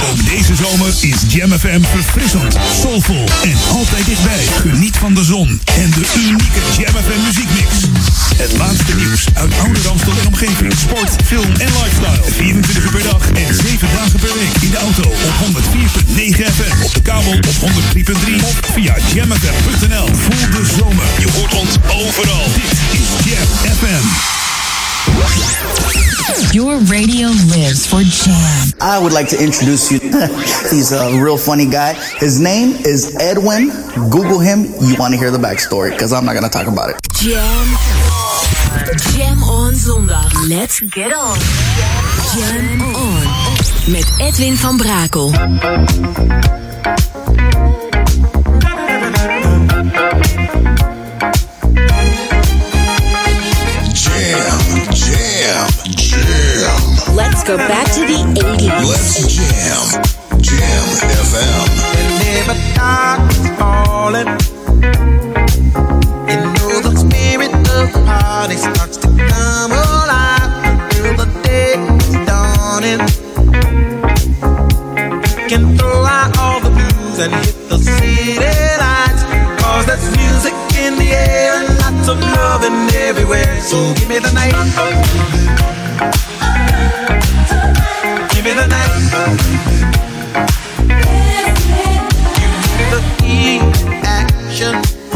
Ook deze zomer is Jam FM verfrissend, soulvol en altijd dichtbij. Geniet van de zon en de unieke Jam FM muziekmix. Het laatste nieuws uit oude Ramstel en omgeving. Sport, film en lifestyle. 24 uur per dag en 7 dagen per week. In de auto op 104.9 FM. Op de kabel op 103.3. Of via jamfm.nl. Voel de zomer. Je hoort ons overal. Dit is Jam FM. Your radio lives for Jam. I would like to introduce you. He's a real funny guy. His name is Edwin. Google him. You want to hear the backstory, because I'm not going to talk about it. Jam on zondag. Let's get on. Jam on. Met Edwin van Brakel. Let's go back to the 80s. Let's jam. Jam FM. Whenever darkness falling, you know the spirit of the party starts to come alive until the day is dawning. We can throw out all the blues and hit the city lights, 'cause there's music in the air and lots of loving everywhere. So give me the night. Give me the night. Give me the heat, action.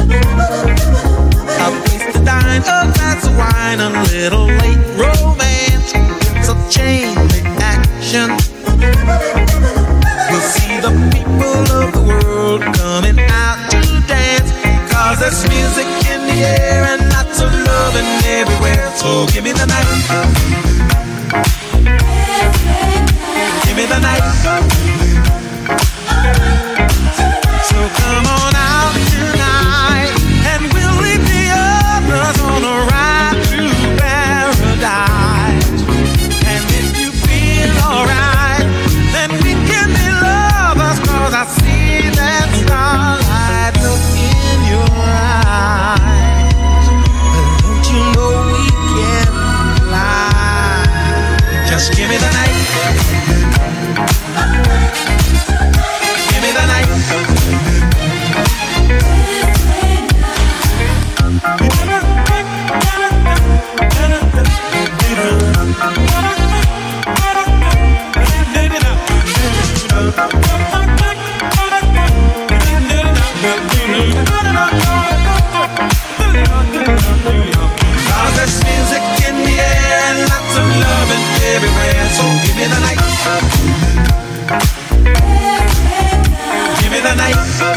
A place to dine, a glass of wine, a little late romance. Some chain reaction. We'll see the people of the world coming out to dance, 'cause there's music in the air and lots of loving everywhere. So give me the night. Give me the night. So come on out tonight, and we'll leave the others on a ride to paradise. And if you feel alright, then we can be lovers, 'cause I see that starlight look in your eyes. But don't you know we can fly? Just give me the night. Give me the night. Cause there's music in the air and lots of loving everywhere. So give me the night. Give me the night.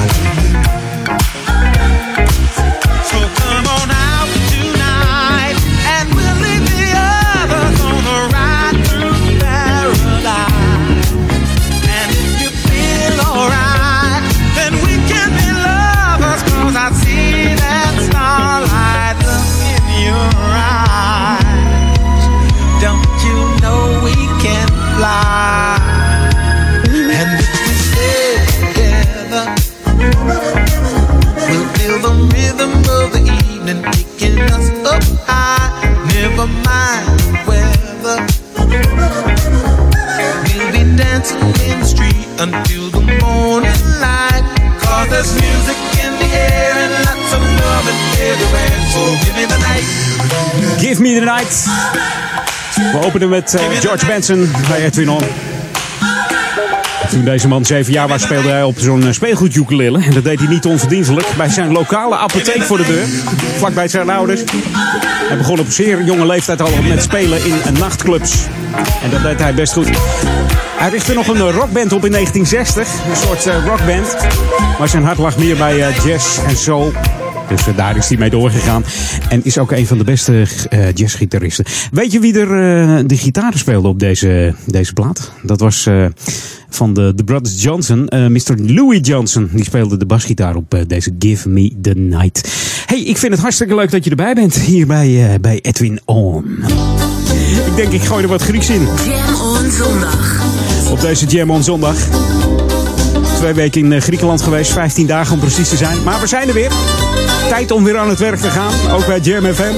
So come on out tonight, and we'll leave the others on a ride through paradise. And if you feel alright, then we can be lovers, 'cause I see that starlight look in your eyes. Don't you know we can fly? And if we stay together, we'll feel the rhythm of the evening taking us up high. Never mind the weather, we'll be dancing in the street until the morning light. 'Cause there's music in the air and lots of loving everywhere. So give me the night. Give me the night. We openen met George Benson bij Edwin On. Toen deze man 7 jaar was, speelde hij op zo'n speelgoed-ukulele. En dat deed hij niet onverdienstelijk. Bij zijn lokale apotheek voor de deur. Vlakbij zijn ouders. Hij begon op zeer jonge leeftijd al met spelen in nachtclubs. En dat deed hij best goed. Hij richtte nog een rockband op in 1960. Een soort rockband. Maar zijn hart lag meer bij jazz en soul. Dus daar is hij mee doorgegaan. En is ook een van de beste jazzgitaristen. Weet je wie er de gitaren speelde op deze plaat? Dat was van de Brothers Johnson. Mr. Louis Johnson. Die speelde de basgitaar op deze Give Me The Night. Hey, ik vind het hartstikke leuk dat je erbij bent. Hier bij Edwin On. Ik denk, ik gooi er wat Grieks in. Jam on zondag. Op deze Jam on zondag. 2 weken in Griekenland geweest. 15 dagen om precies te zijn. Maar we zijn er weer. Tijd om weer aan het werk te gaan. Ook bij Jam FM.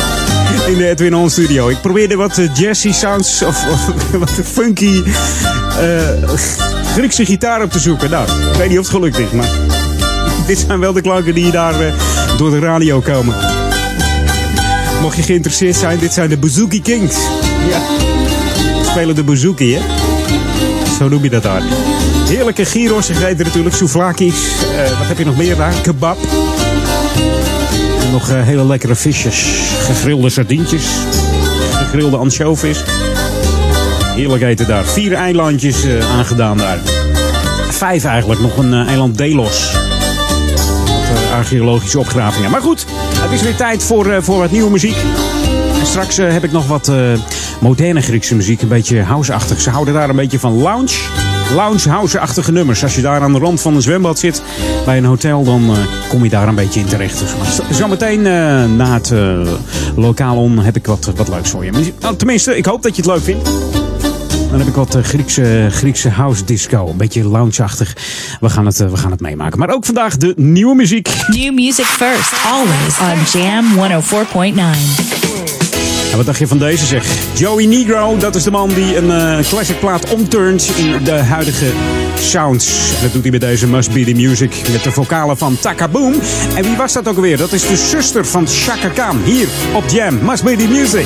In de Edwin On studio. Ik probeerde wat jazzy sounds. Of wat funky Griekse gitaar op te zoeken. Nou, ik weet niet of het gelukt is, maar dit zijn wel de klanken die daar door de radio komen. Mocht je geïnteresseerd zijn, dit zijn de Bouzouki Kings. Ja, spelen de bouzouki, hè? Zo noem je dat daar. Heerlijke gyros gegeten natuurlijk, souvlakis. Wat heb je nog meer daar? Kebab. En nog hele lekkere visjes. Gegrilde sardientjes. Gegrilde ansjovis. Heerlijk eten daar. 4 eilandjes aangedaan daar. 5 eigenlijk, nog een eiland Delos. Archeologische opgravingen. Maar goed, het is weer tijd voor wat nieuwe muziek. En straks heb ik nog wat moderne Griekse muziek. Een beetje house-achtig. Ze houden daar een beetje van lounge house-achtige nummers. Als je daar aan de rand van een zwembad zit bij een hotel, dan kom je daar een beetje in terecht. Dus zometeen na het lokaal heb ik wat leuks voor je. Nou, tenminste, ik hoop dat je het leuk vindt. Dan heb ik wat Griekse house disco. Een beetje lounge-achtig. We gaan het meemaken. Maar ook vandaag de nieuwe muziek. New music first, always on Jam 104.9. En wat dacht je van deze zeg? Joey Negro, dat is de man die een classic plaat omturnt in de huidige sounds. En dat doet hij met deze Must Be The Music met de vocalen van Taka Boom. En wie was dat ook alweer? Dat is de zuster van Chaka Khan. Hier op Jam, Must Be The Music.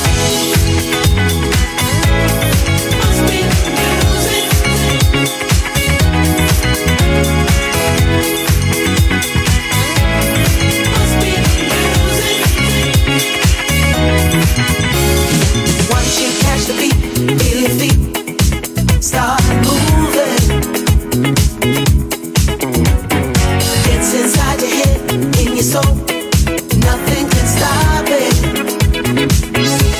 Nothing can stop it.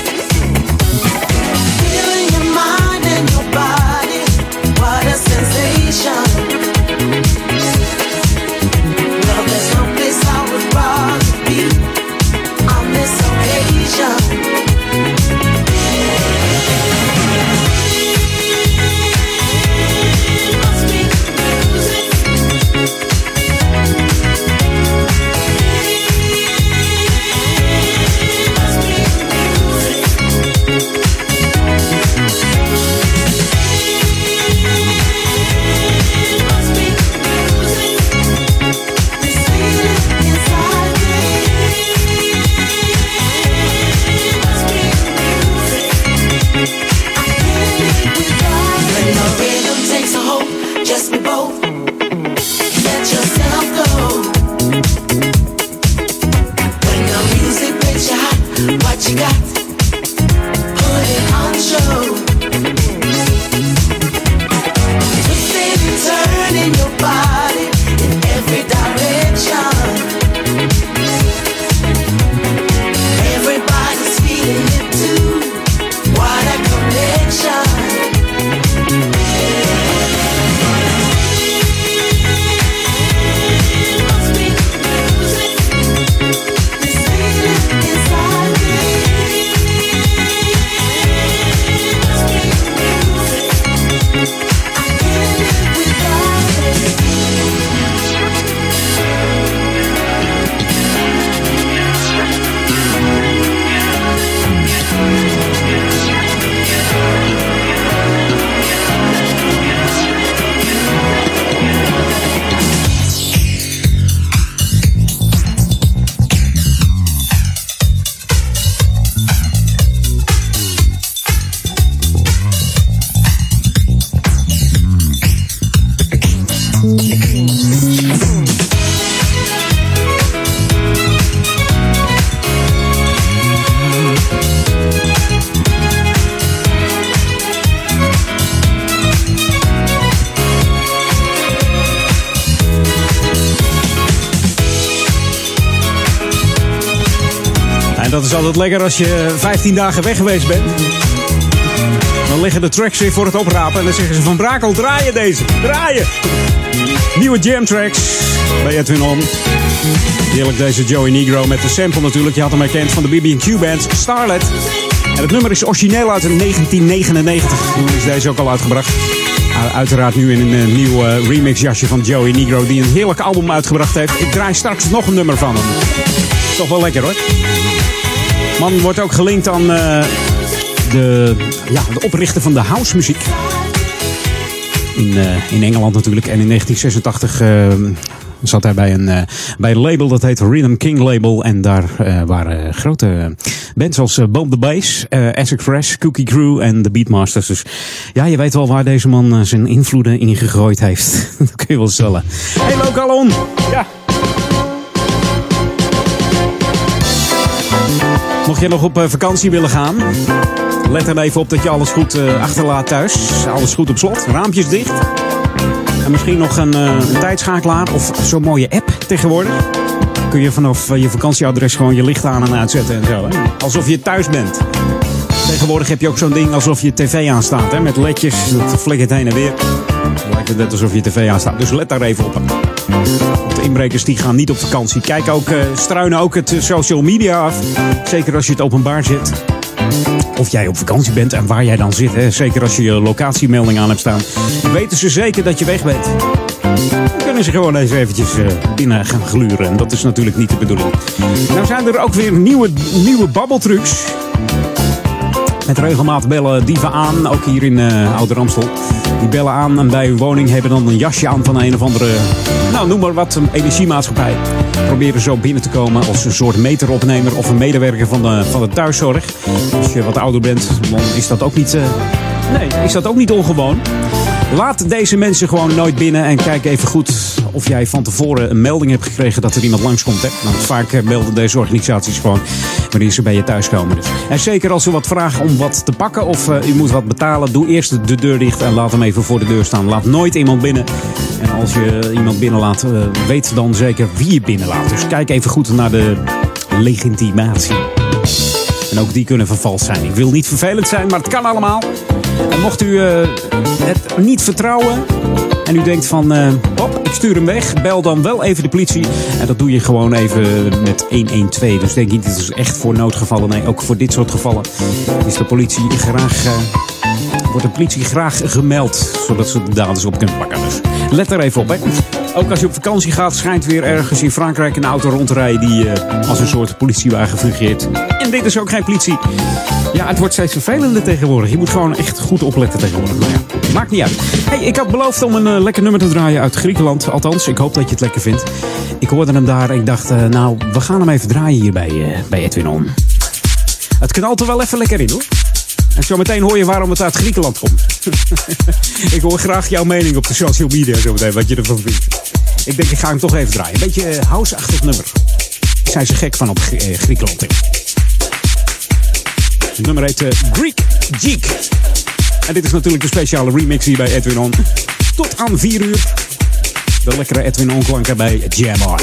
En dat is altijd lekker als je 15 dagen weg geweest bent. Dan liggen de tracks weer voor het oprapen. En dan zeggen ze van Brakel, draaien deze. Draaien. Nieuwe jam tracks bij Edwin On. Heerlijk deze Joey Negro met de sample natuurlijk. Je had hem herkend van de BB&Q band Starlet. En het nummer is origineel uit 1999. Toen is deze ook al uitgebracht. Uiteraard nu in een nieuw remixjasje van Joey Negro, die een heerlijk album uitgebracht heeft. Ik draai straks nog een nummer van hem. Toch wel lekker hoor. Man wordt ook gelinkt aan de oprichter van de housemuziek. in Engeland natuurlijk. En in 1986 zat hij bij een label dat heet Rhythm King Label. En daar waren grote bands als Bomb the Bass, Essex Fresh, Cookie Crew en The Beatmasters. Dus ja, je weet wel waar deze man zijn invloeden in gegooid heeft. Dat kun je wel stellen. Hey Lokalon! Ja. Mocht je nog op vakantie willen gaan, let er even op dat je alles goed achterlaat thuis. Alles goed op slot, raampjes dicht. En misschien nog een tijdschakelaar of zo'n mooie app tegenwoordig. Kun je vanaf je vakantieadres gewoon je licht aan en uitzetten en zo. Hè? Alsof je thuis bent. Tegenwoordig heb je ook zo'n ding alsof je tv aanstaat. Hè? Met ledjes, dat flikkert heen en weer. Dan lijkt het net alsof je tv aanstaat. Dus let daar even op. De inbrekers die gaan niet op vakantie. Kijk ook, struinen ook het social media af. Zeker als je het openbaar zet. Of jij op vakantie bent en waar jij dan zit. Hè? Zeker als je je locatiemelding aan hebt staan. Weten ze zeker dat je weg bent. Dan kunnen ze gewoon eens eventjes binnen gaan gluren. En dat is natuurlijk niet de bedoeling. Nou zijn er ook weer nieuwe babbeltrucs. Met regelmaat bellen dieven aan, ook hier in Ouder-Amstel. Die bellen aan en bij hun woning hebben dan een jasje aan van een of andere, nou noem maar wat, een energiemaatschappij. Proberen zo binnen te komen als een soort meteropnemer of een medewerker van de thuiszorg. Als je wat ouder bent, dan is dat ook niet, is dat ook niet ongewoon. Laat deze mensen gewoon nooit binnen en kijk even goed of jij van tevoren een melding hebt gekregen dat er iemand langskomt. Hè? Want vaak melden deze organisaties gewoon wanneer ze bij je thuis komen. Dus. En zeker als ze wat vragen om wat te pakken of u moet wat betalen, doe eerst de deur dicht en laat hem even voor de deur staan. Laat nooit iemand binnen. En als je iemand binnenlaat, weet dan zeker wie je binnenlaat. Dus kijk even goed naar de legitimatie. En ook die kunnen vervalst zijn. Ik wil niet vervelend zijn, maar het kan allemaal. En mocht u het niet vertrouwen en u denkt van, ik stuur hem weg, bel dan wel even de politie. En dat doe je gewoon even met 112. Dus denk niet, dit is echt voor noodgevallen. Nee, ook voor dit soort gevallen is de politie wordt de politie graag gemeld, zodat ze de daders op kunnen pakken. Dus let er even op, hè. Ook als je op vakantie gaat, schijnt weer ergens in Frankrijk een auto rond te rijden die als een soort politiewagen fungeert. En dit is ook geen politie. Ja, het wordt steeds vervelender tegenwoordig. Je moet gewoon echt goed opletten tegenwoordig. Maar ja, maakt niet uit. Hey, ik had beloofd om een lekker nummer te draaien uit Griekenland. Althans, ik hoop dat je het lekker vindt. Ik hoorde hem daar en ik dacht, we gaan hem even draaien hier bij Edwin On. Het knalt er wel even lekker in, hoor. En zometeen hoor je waarom het uit Griekenland komt. Ik hoor graag jouw mening op de social media zometeen, wat je ervan vindt. Ik denk, ik ga hem toch even draaien. Een beetje house-achtig nummer. Daar zijn ze gek van op Griekenland. Het nummer heet Greek Geek. En dit is natuurlijk de speciale remix hier bij Edwin On. Tot aan 4 uur. De lekkere Edwin On klanken bij Jam On.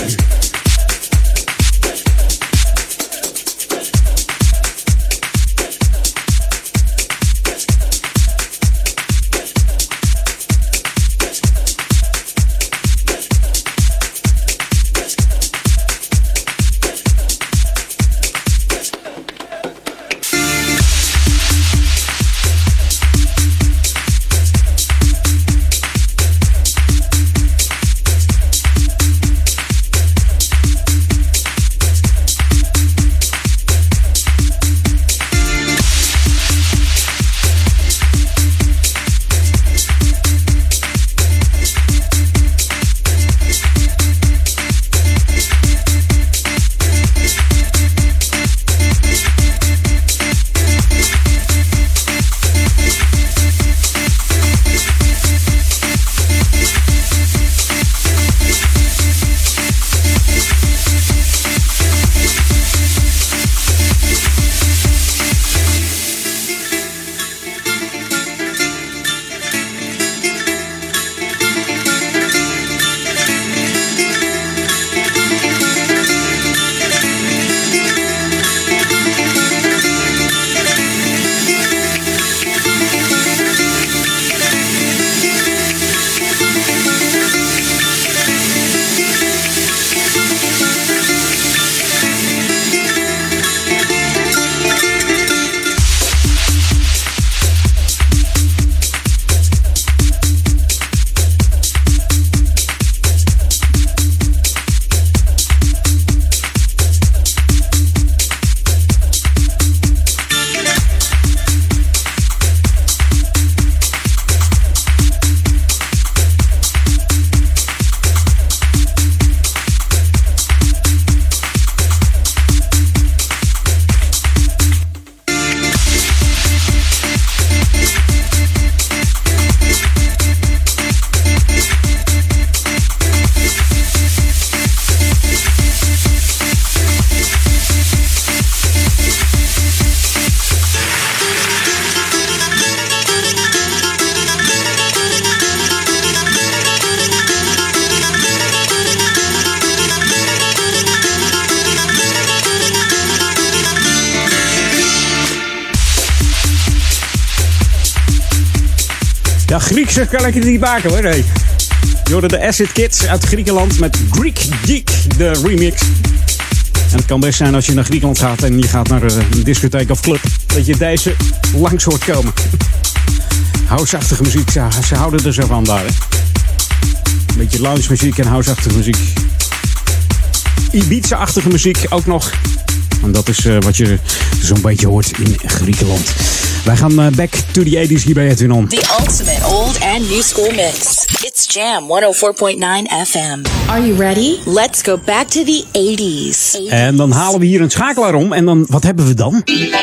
Ja, Griekse kan ik het niet maken hoor. Nee. Je hoorde de Acid Kids uit Griekenland met Greek Geek, de remix. En het kan best zijn als je naar Griekenland gaat en je gaat naar een discotheek of club, dat je deze langs hoort komen. Houseachtige muziek, ja, ze houden er zo van daar. Hè? Een beetje lounge muziek en houseachtige muziek. Ibiza-achtige muziek ook nog. En dat is wat je zo'n beetje hoort in Griekenland. Wij gaan back to the 80s hier bij Edwin On. The ultimate old and new school mix. It's Jam 104.9 FM. Are you ready? Let's go back to the 80s. En dan halen we hier een schakelaar om. En dan, wat hebben we dan?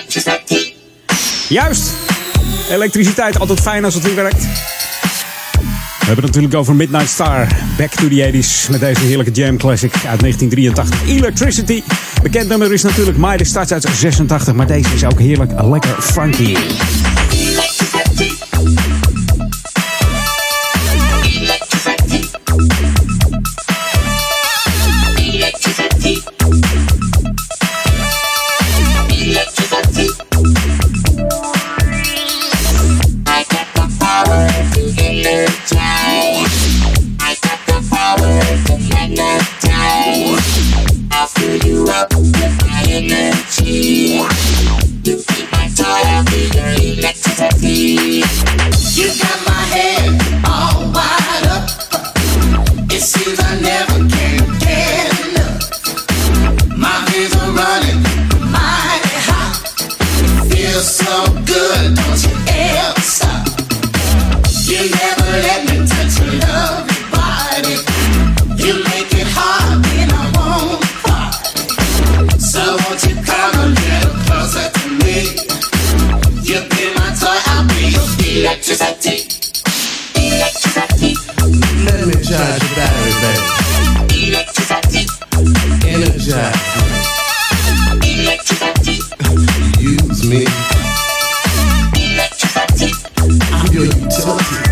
Juist! Elektriciteit, altijd fijn als het weer werkt. We hebben het natuurlijk over Midnight Star. Back to the 80s met deze heerlijke jam classic uit 1983. Electricity. Bekend nummer is natuurlijk Mighty Starts uit 86. Maar deze is ook heerlijk lekker funky. You got my head all wide up. It seems I never can get enough. My hands are running mighty hot. Feels so good, don't you ever stop. You never let me touch your lovely body. You make it hard when I won't fight. So won't you come a little closer to me? You be my toy, I'll be your electricity. Electricity. Let me charge your battery, baby. Electricity. Energize me. Electricity. Use me. Electricity. I'm your utility.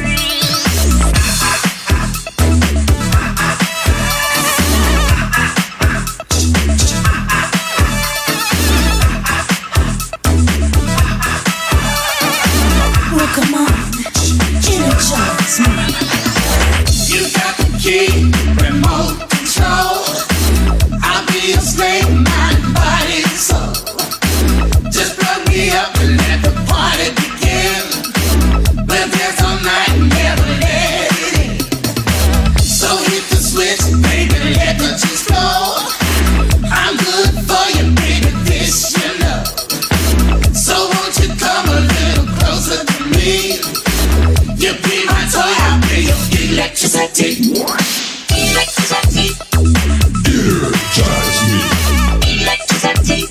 Come on, energize me. You got the key, remote control. I'll be your slave, mind, body, soul. Just plug me up and let the party begin. We'll dance all night and never let it in. So hit the switch, baby, let the juice flow. I'm good for you, baby, this you know. So won't you come a little closer to me? You be my toy, I'll be your electricity. Electricity. Energize me. Electricity.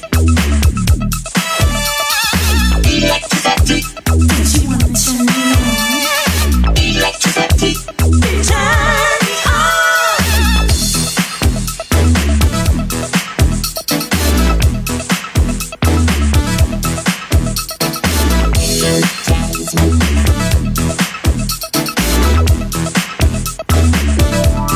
Electricity. Don't you wanna turn me on? Electricity. Turn me on. Energize me.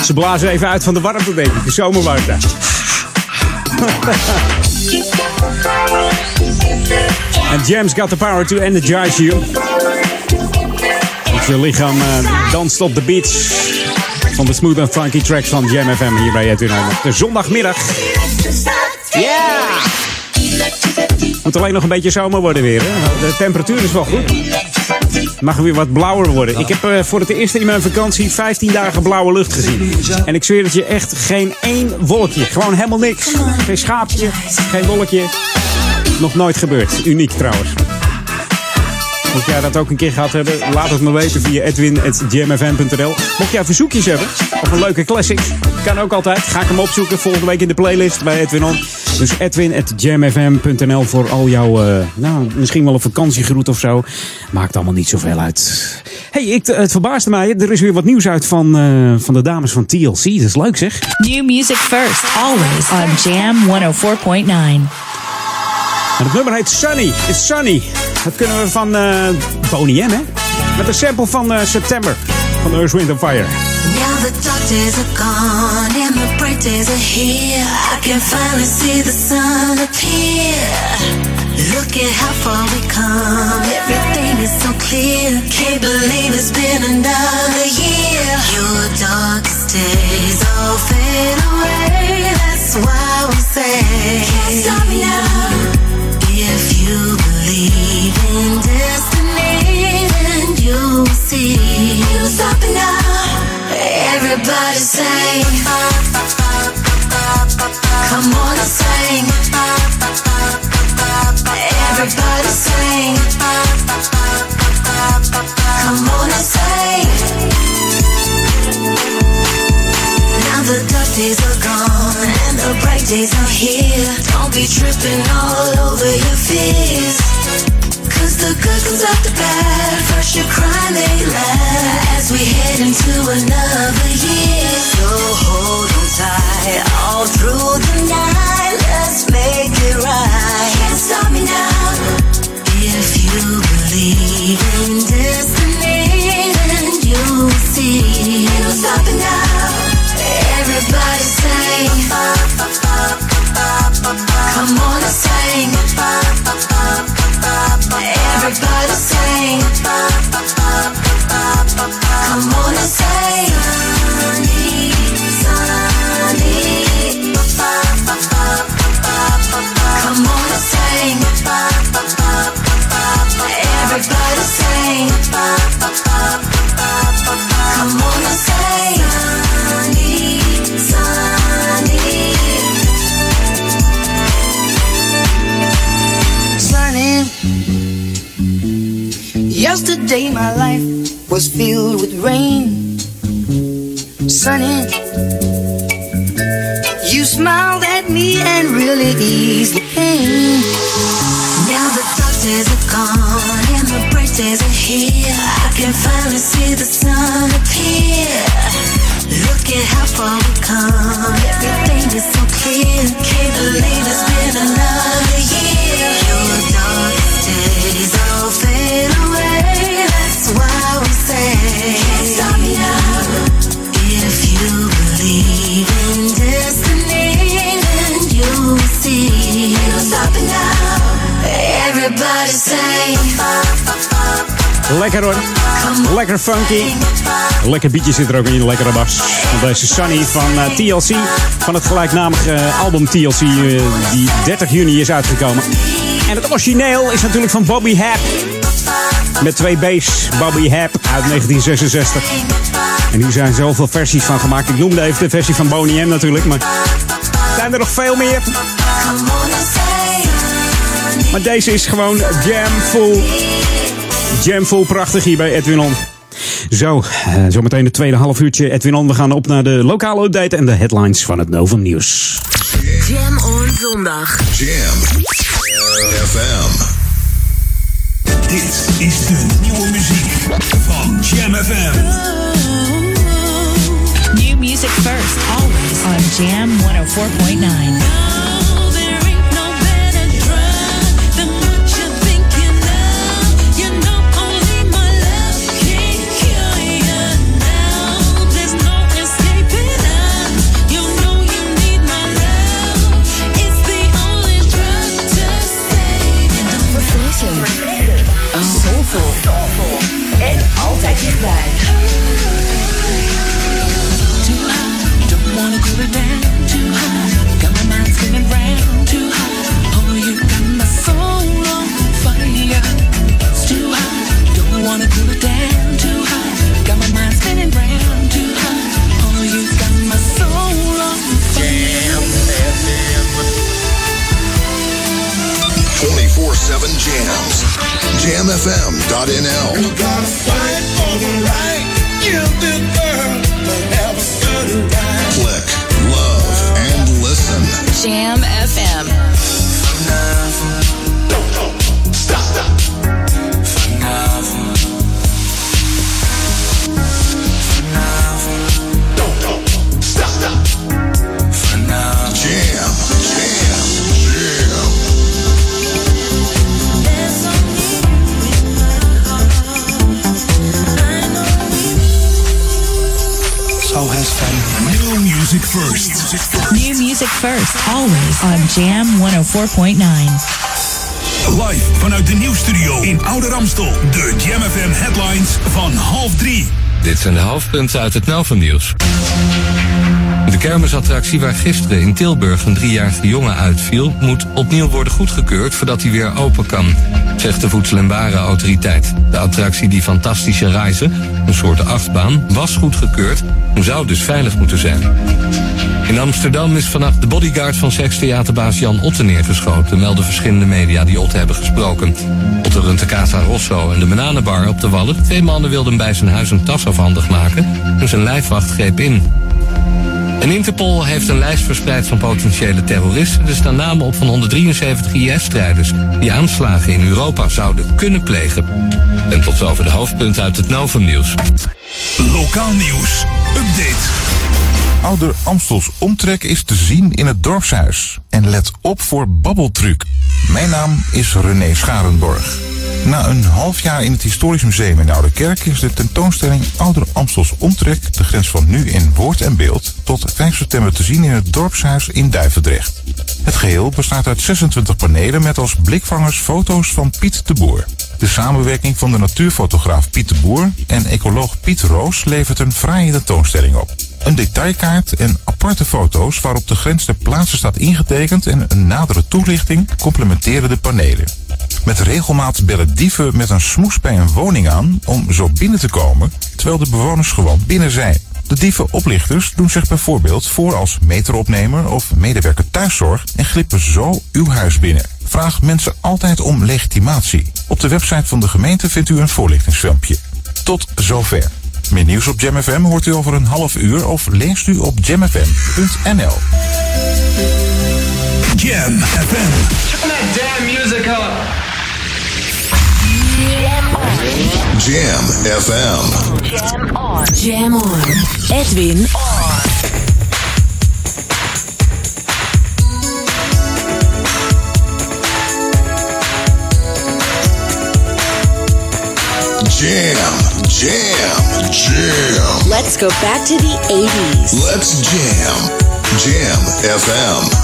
Ze blazen even uit van de warmte, denk ik. De zomerwarmte. And Jam's got the power to energize you. Je lichaam danst op de beats van de smooth and funky tracks van Jam FM hier bij Edwin On. De zondagmiddag. Yeah! Moet alleen nog een beetje zomer worden weer. Hè? De temperatuur is wel goed. Het mag weer wat blauwer worden. Ik heb voor het eerst in mijn vakantie 15 dagen blauwe lucht gezien. En ik zweer het je, echt geen één wolkje. Gewoon helemaal niks. Geen schaapje, geen wolkje. Nog nooit gebeurd. Uniek trouwens. Mocht jij dat ook een keer gehad hebben, laat het me weten via edwin@jamfm.nl. Mocht jij verzoekjes hebben, of een leuke classic, kan ook altijd. Ga ik hem opzoeken volgende week in de playlist bij Edwin On. Dus edwin@jamfm.nl voor al jouw, misschien wel een vakantiegroet of zo. Maakt allemaal niet zoveel uit. Hey, het verbaasde mij. Er is weer wat nieuws uit van de dames van TLC. Dat is leuk, zeg. New music first, always on Jam 104.9. En het nummer heet Sunny. It's Sunny. Dat kunnen we van Boney M, hè? Met een sample van September. Van Earth, Wind & Fire. Now the dark days are gone and the bright days are here. I can finally see the sun appear. Look at how far we come. Everything is so clear. Can't believe it's been another year. Your darkest days all fade away. That's why we say, can't stop me now. If you believe in destiny, then you will see. You stop it now. Everybody sing. Come on and sing. Everybody sing. Come on and sing. Now the dark days are gone and the bright days are here. Don't be tripping all over your fears. Cause the good comes after bad. First you cry, then you laugh. As we head into another year. So hold on tight all through the night. Let's make it right. Can't stop me now. If you believe in destiny, then you will see. Can't stop it now. Everybody sing. Come on and sing. Everybody sing. Come on and sing. Sunny, sunny. Come on and sing. Everybody sing. Come on and sing. Sunny, sunny. Yesterday my life was filled with rain. Sunny, you smiled at me and really eased the pain. Now the dark days are gone and the bright days are here. I can finally see the sun appear. Look at how far we come. Everything is so clear. Can't believe it's been another year. Your darkest days all fade away. That's why we say, can't stop me now. If you believe in destiny, then you will see. Can't stop it now. Everybody sing. Lekker hoor. Lekker funky. Lekker beatje zit er ook in, lekkere bas. Van deze Sunny van TLC. Van het gelijknamige album TLC die 30 juni is uitgekomen. En het origineel is natuurlijk van Bobby Hap. Met 2 B's. Bobby Hap uit 1966. En hier zijn zoveel versies van gemaakt. Ik noemde even de versie van Boney M natuurlijk. Maar zijn er nog veel meer. Maar deze is gewoon jamful prachtig hier bij Edwin On. Zometeen het tweede halfuurtje Edwin On. We gaan op naar de lokale update en de headlines van het Novum Nieuws. Jam on zondag. Jam FM. Dit is de nieuwe muziek van Jam FM. New music first, always on Jam 104.9. Escaping Verfrissend. Soulful. En altijd dichtbij. Too high, don't wanna cool it down. Too high, got my mind spinning round. Too high, oh you got my soul on fire. It's too high, don't wanna cool it down. Too high, got my mind spinning round. Too high, oh you got my soul on fire. 24/7 jams. JamFM.nl. We gotta fight for the right. Give this world the have a certain right. Click, love, and listen. Jam FM. Stop. Jam. So has fun. New music first. New music first, always on Jam 104.9. Live vanuit de nieuwsstudio in Oude Ramstel. De Jam FM headlines van 2:30. Dit zijn de hoofdpunten uit het Nauwvanieuws. De kermisattractie waar gisteren in Tilburg een 3-jarige jongen uitviel, moet opnieuw worden goedgekeurd voordat hij weer open kan, zegt de Voedsel- en Warenautoriteit. De attractie Die Fantastische Reise, een soort achtbaan, was goedgekeurd en zou dus veilig moeten zijn. In Amsterdam is vannacht de bodyguard van sekstheaterbaas Jan Otte neergeschoten, melden verschillende media die Otte hebben gesproken. Otte runt de Casa Rosso en de Bananenbar op de Wallen. 2 mannen wilden hem bij zijn huis een tas afhandig maken en zijn lijfwacht greep in. En Interpol heeft een lijst verspreid van potentiële terroristen. Er staan namen op van 173 IS-strijders die aanslagen in Europa zouden kunnen plegen. En tot zover de hoofdpunten uit het Novum-nieuws. Lokaal nieuws. Update. Ouder Amstels omtrek is te zien in het dorpshuis. En let op voor babbeltruc. Mijn naam is René Scharenborg. Na een half jaar in het Historisch Museum in de Oude Kerk is de tentoonstelling Ouder Amstels omtrek, de grens van nu in woord en beeld, tot 5 september te zien in het dorpshuis in Duivendrecht. Het geheel bestaat uit 26 panelen met als blikvangers foto's van Piet de Boer. De samenwerking van de natuurfotograaf Piet de Boer en ecoloog Piet Roos levert een fraaie tentoonstelling op. Een detailkaart en aparte foto's waarop de grens ter plaatse staat ingetekend en een nadere toelichting complementeren de panelen. Met regelmaat bellen dieven met een smoes bij een woning aan om zo binnen te komen, terwijl de bewoners gewoon binnen zijn. De dievenoplichters doen zich bijvoorbeeld voor als meteropnemer of medewerker thuiszorg en glippen zo uw huis binnen. Vraag mensen altijd om legitimatie. Op de website van de gemeente vindt u een voorlichtingsfilmpje. Tot zover. Meer nieuws op Jam FM hoort u over een half uur of leest u op jamfm.nl. Jam FM. Turn that damn music up. Jam FM. Jam on. Jam on. Edwin on. Jam. Let's go back to the 80s. Let's jam. Jam FM.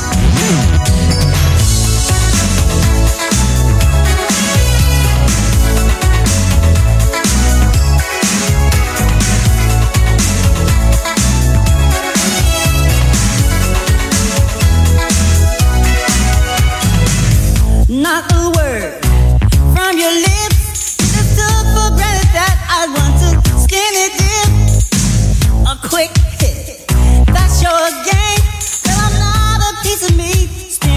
Not a word from your lips. Just took for granted that I want to skinny dip. A quick hit. That's your game. Well, I'm not a piece of meat.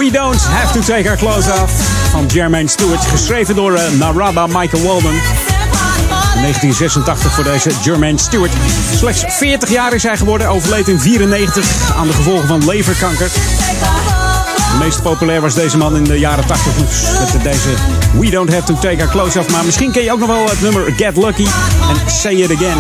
We Don't Have To Take Our Clothes Off van Jermaine Stewart. Geschreven door Narada Michael Walden. In 1986 voor deze Jermaine Stewart. Slechts 40 jaar is hij geworden. Overleed in 1994 aan de gevolgen van leverkanker. Het meest populair was deze man in de jaren 80 met deze We Don't Have To Take Our Clothes Off. Maar misschien ken je ook nog wel het nummer Get Lucky en Say It Again.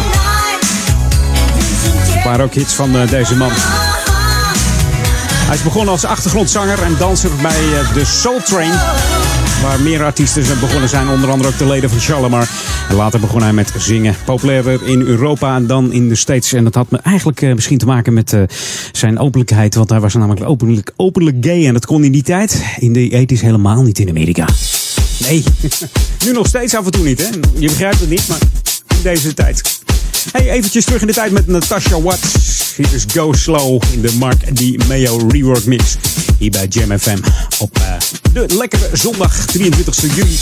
Dat waren ook hits van deze man. Hij is begonnen als achtergrondzanger en danser bij The Soul Train. Waar meer artiesten begonnen zijn, onder andere ook de leden van Shalimar. En later begon hij met zingen. Populairder in Europa dan in de States. En dat had eigenlijk misschien te maken met zijn openlijkheid. Want hij was namelijk openlijk gay. En dat kon in die tijd, in de 80's, helemaal niet in Amerika. Nee, nu nog steeds af en toe niet, hè. Je begrijpt het niet, maar in deze tijd. Hey, eventjes terug in de tijd met Natasha Watts. Hier is Go Slow in de Mark D. Mayo rework mix. Hier bij Jam FM op de lekkere zondag 23 juli.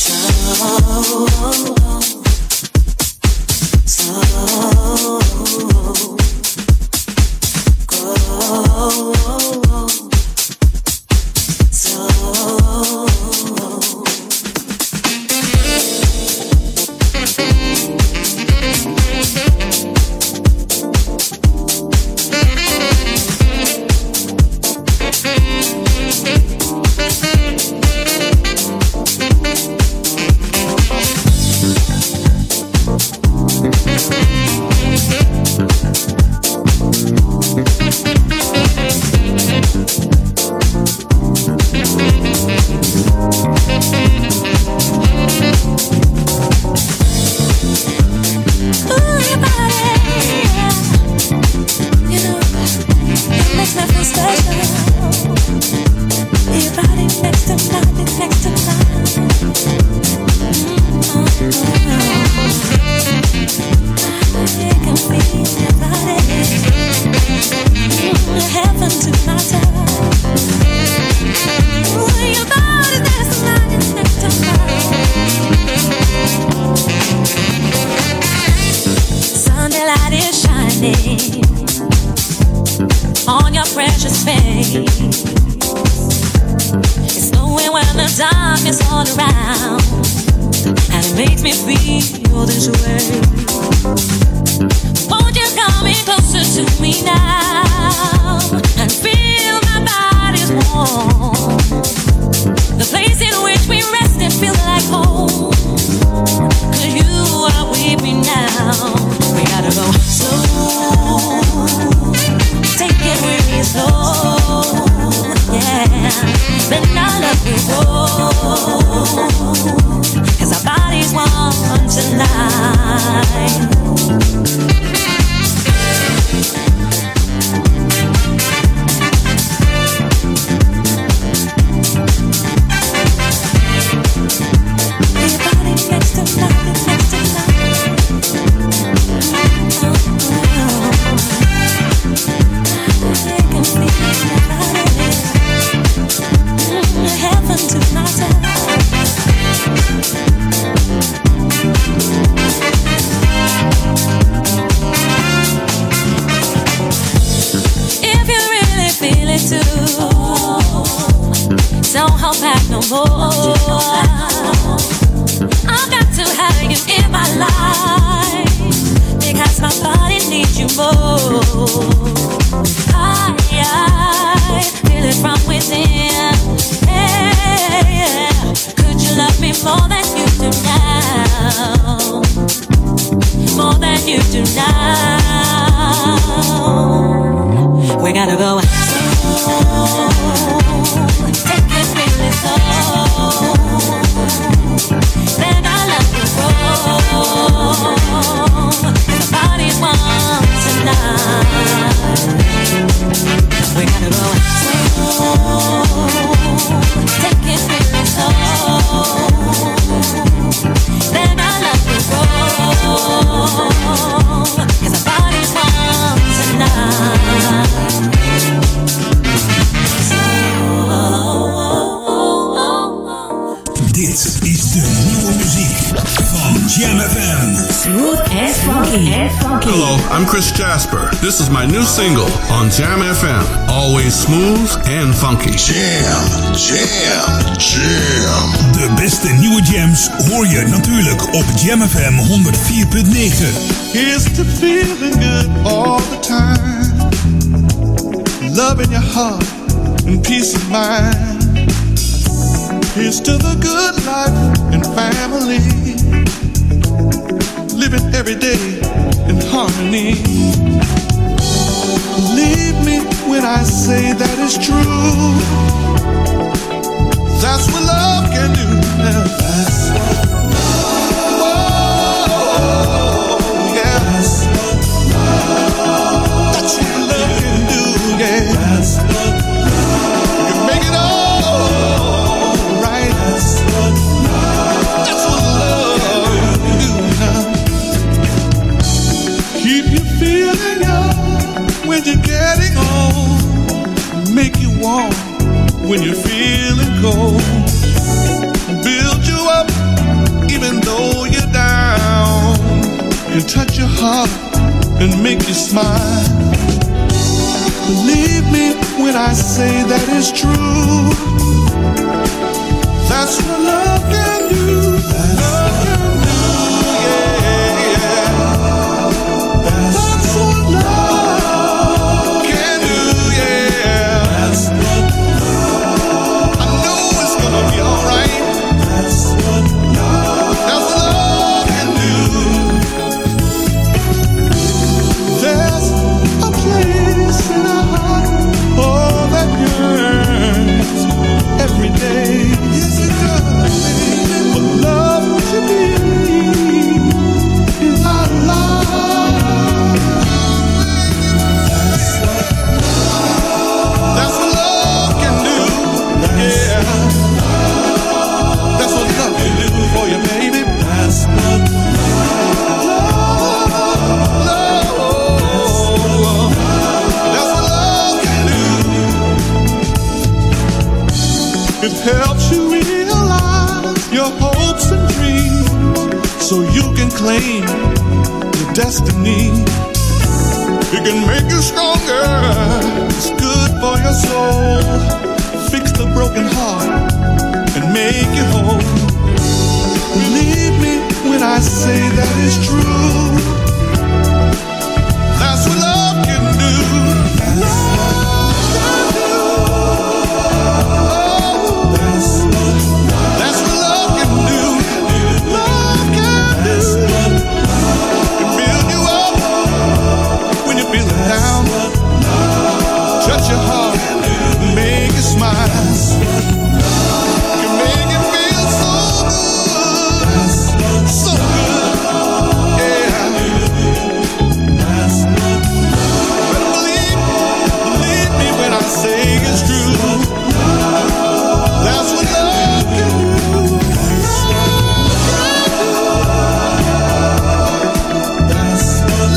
On your precious face, it's knowing when the darkness all around, and it makes me feel this way. Won't you come in closer to me now and feel my body's warm? The place in which we rest and feel like home. 'Cause you are with me now. We gotta go slow. Take it really slow, yeah. Then I'll let you go. 'Cause our bodies want tonight. Your body next to mine, next to mine. Heaven to myself. If you really feel it too, don't hold back no more. I've got to have you in my life because my body needs you more. I feel it from within. Yeah. Could you love me more than you do now? More than you do now. We gotta go slow. Take it really slow. Then I'll let you go. 'Cause our bodies want tonight. Jam FM. Smooth and funky. Hello, I'm Chris Jasper. This is my new single on Jam FM. Always smooth and funky. Jam. De beste nieuwe jams hoor je natuurlijk op Jam FM 104.9. Here's to feeling good all the time. Love in your heart and peace of mind. Here's to the good life and family. Living every day in harmony. Believe me when I say that it's true. That's what love can do. That's what love. Yeah. That's what love. That's what love can do. Yeah. That's what love. You can make it all right. That's what love. That's what love can do. Keep you feeling young when you're getting old. Make you warm when you're feeling cold. Build you up even though you're down. And touch your heart and make you smile. Believe me when I say that it's true. That's what love can do. That's love can do, yeah, yeah. That's what love can do, yeah. That's what I know it's gonna be alright. That's what love can do. There's a place in our heart, oh, that yearns every day. Yes, it does. For love to be in our lives. That's what love can do. Yeah. That's what love can do for you, baby. That's what love. That's what love can do. It helps you realize your hopes and dreams, so you can claim your destiny. It can make you stronger. It's good for your soul. Fix the broken heart and make it whole. Believe me when I say that it's true. That's what love can do. That's what love can do. Oh, that's what love can do. Love can do. Can build you up when you're feeling down. Touch your heart and make you smile. Can make you feel so good. So good. Yeah. Better believe me when I say it's true. That's what love can do. That's what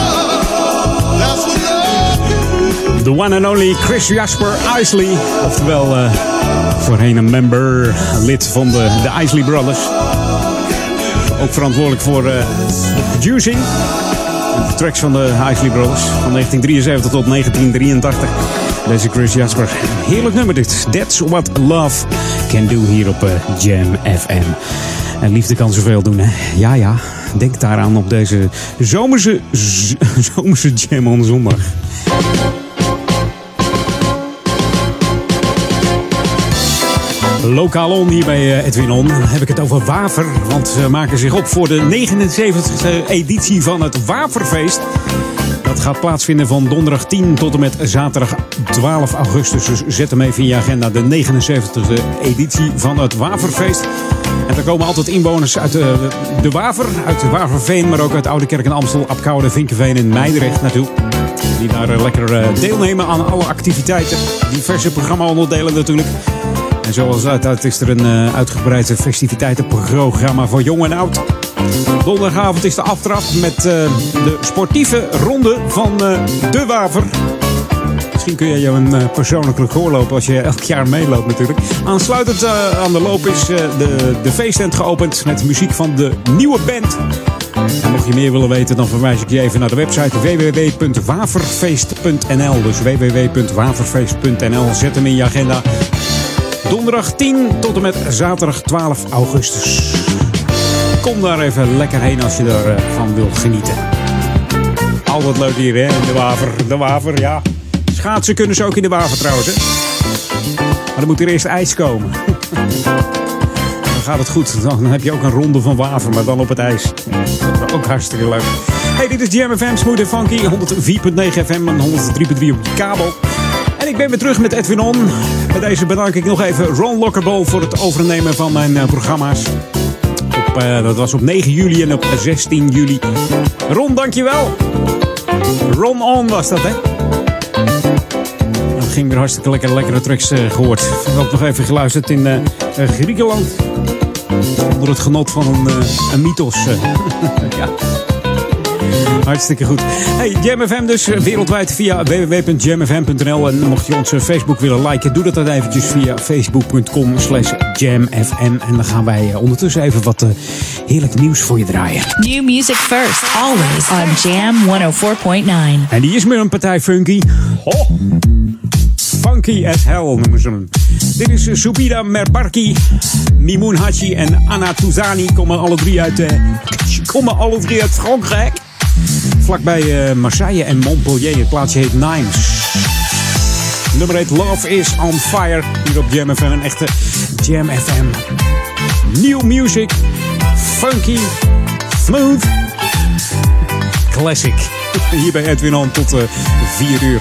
love can do. The one and only Chris Jasper Isley. Oftewel voorheen een member, lid van de Isley Brothers. Ook verantwoordelijk voor producing. De tracks van de Isley Brothers. Van 1973 tot 1983. Deze Chris Jasper. Heerlijk nummer dit. That's what love can do hier op Jam FM. En liefde kan zoveel doen, hè. Ja, ja. Denk daaraan op deze zomerse Jam on zondag. Lokaal on hier bij Edwin On heb ik het over Waver. Want ze maken zich op voor de 79e editie van het Waverfeest. Dat gaat plaatsvinden van donderdag 10 tot en met zaterdag 12 augustus. Dus zet hem even in je agenda. De 79e editie van het Waverfeest. En er komen altijd inwoners uit de Waver, uit de Waverveen, maar ook uit Oudekerk en Amstel, Apkoude, Vinkenveen en Meidrecht naartoe. Die daar lekker deelnemen aan alle activiteiten. Diverse programma-onderdelen natuurlijk. En zoals altijd is er een uitgebreid festiviteitenprogramma voor jong en oud. Donderdagavond is de aftrap met de sportieve ronde van de Waver. Misschien kun je een persoonlijk record lopen als je elk jaar meeloopt natuurlijk. Aansluitend aan de loop is de feesttent geopend met muziek van de nieuwe band. En mocht je meer willen weten, dan verwijs ik je even naar de website www.waverfeest.nl. Dus www.waverfeest.nl. Zet hem in je agenda. Donderdag 10 tot en met zaterdag 12 augustus. Kom daar even lekker heen als je ervan wilt genieten. Altijd leuk hier, hè? In de Waver. De Waver, ja. Schaatsen kunnen ze ook in de Waver trouwens, hè? Maar dan moet er eerst ijs komen. Dan gaat het goed. Dan heb je ook een ronde van Waver, maar dan op het ijs. Dat is ook hartstikke leuk. Hey, dit is Jam FM, Smooth & Funky. 104.9 FM en 103.3 op de kabel. En ik ben weer terug met Edwin On. Bij deze bedank ik nog even Ron Lockerball voor het overnemen van mijn programma's. Dat was op 9 juli en op 16 juli. Ron, dankjewel. Ron On was dat, hè? Dat ging weer hartstikke lekkere tracks gehoord. Ik heb ook nog even geluisterd in Griekenland. Onder het genot van een mythos. Ja. Hartstikke goed. Hey, Jam FM dus wereldwijd via www.jamfm.nl. En mocht je onze Facebook willen liken, doe dat dan eventjes via facebook.com/jamfm. En dan gaan wij ondertussen even wat heerlijk nieuws voor je draaien. New music first, always on Jam 104.9. En die is meer een partij funky. Oh. Funky as hell noemen ze hem. Dit is Subida Merbarki, Mimoun Haji en Anna Touzani. Komen alle drie uit Frankrijk. Vlakbij Marseille en Montpellier. Het plaatsje heet Nimes. Nummer 8, Love is on Fire. Hier op Jam FM. Een echte Jam FM. New music. Funky. Smooth. Classic. Hier bij Edwin On tot 4 uur.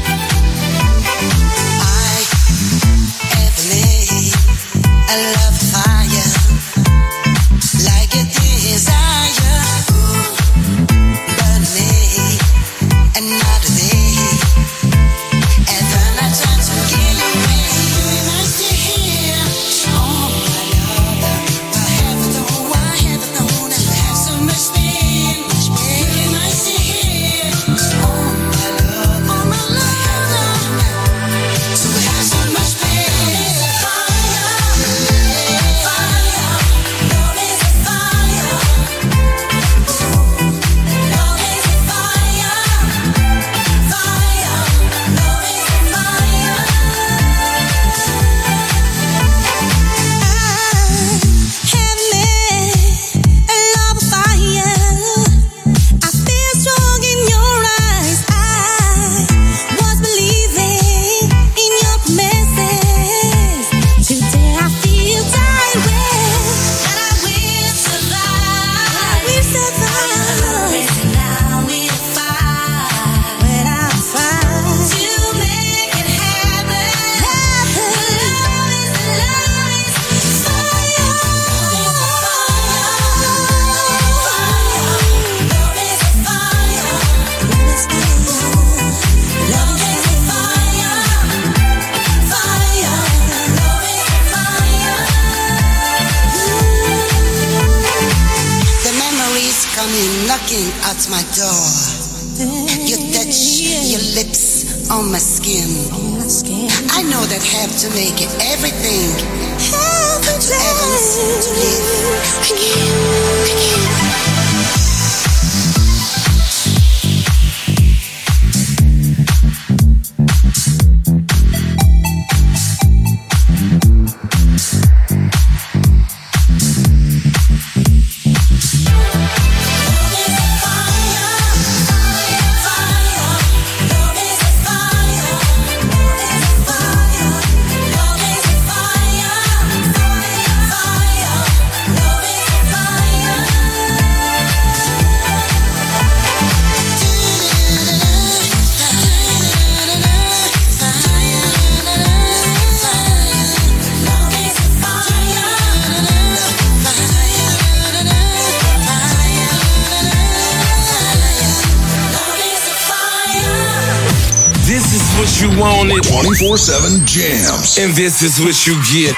You want it 24/7 jams. And this is what you get.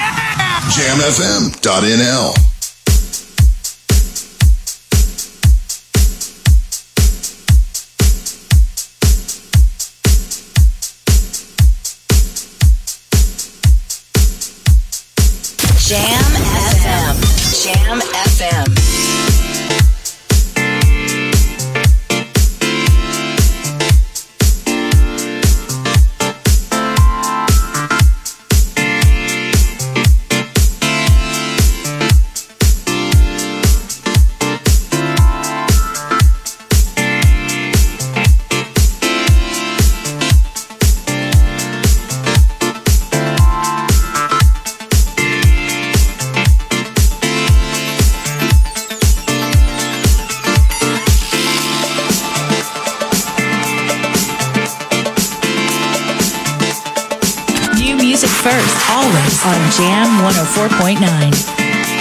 Jamfm.nl. Jam FM. Jam FM. First, always on Jam 104.9.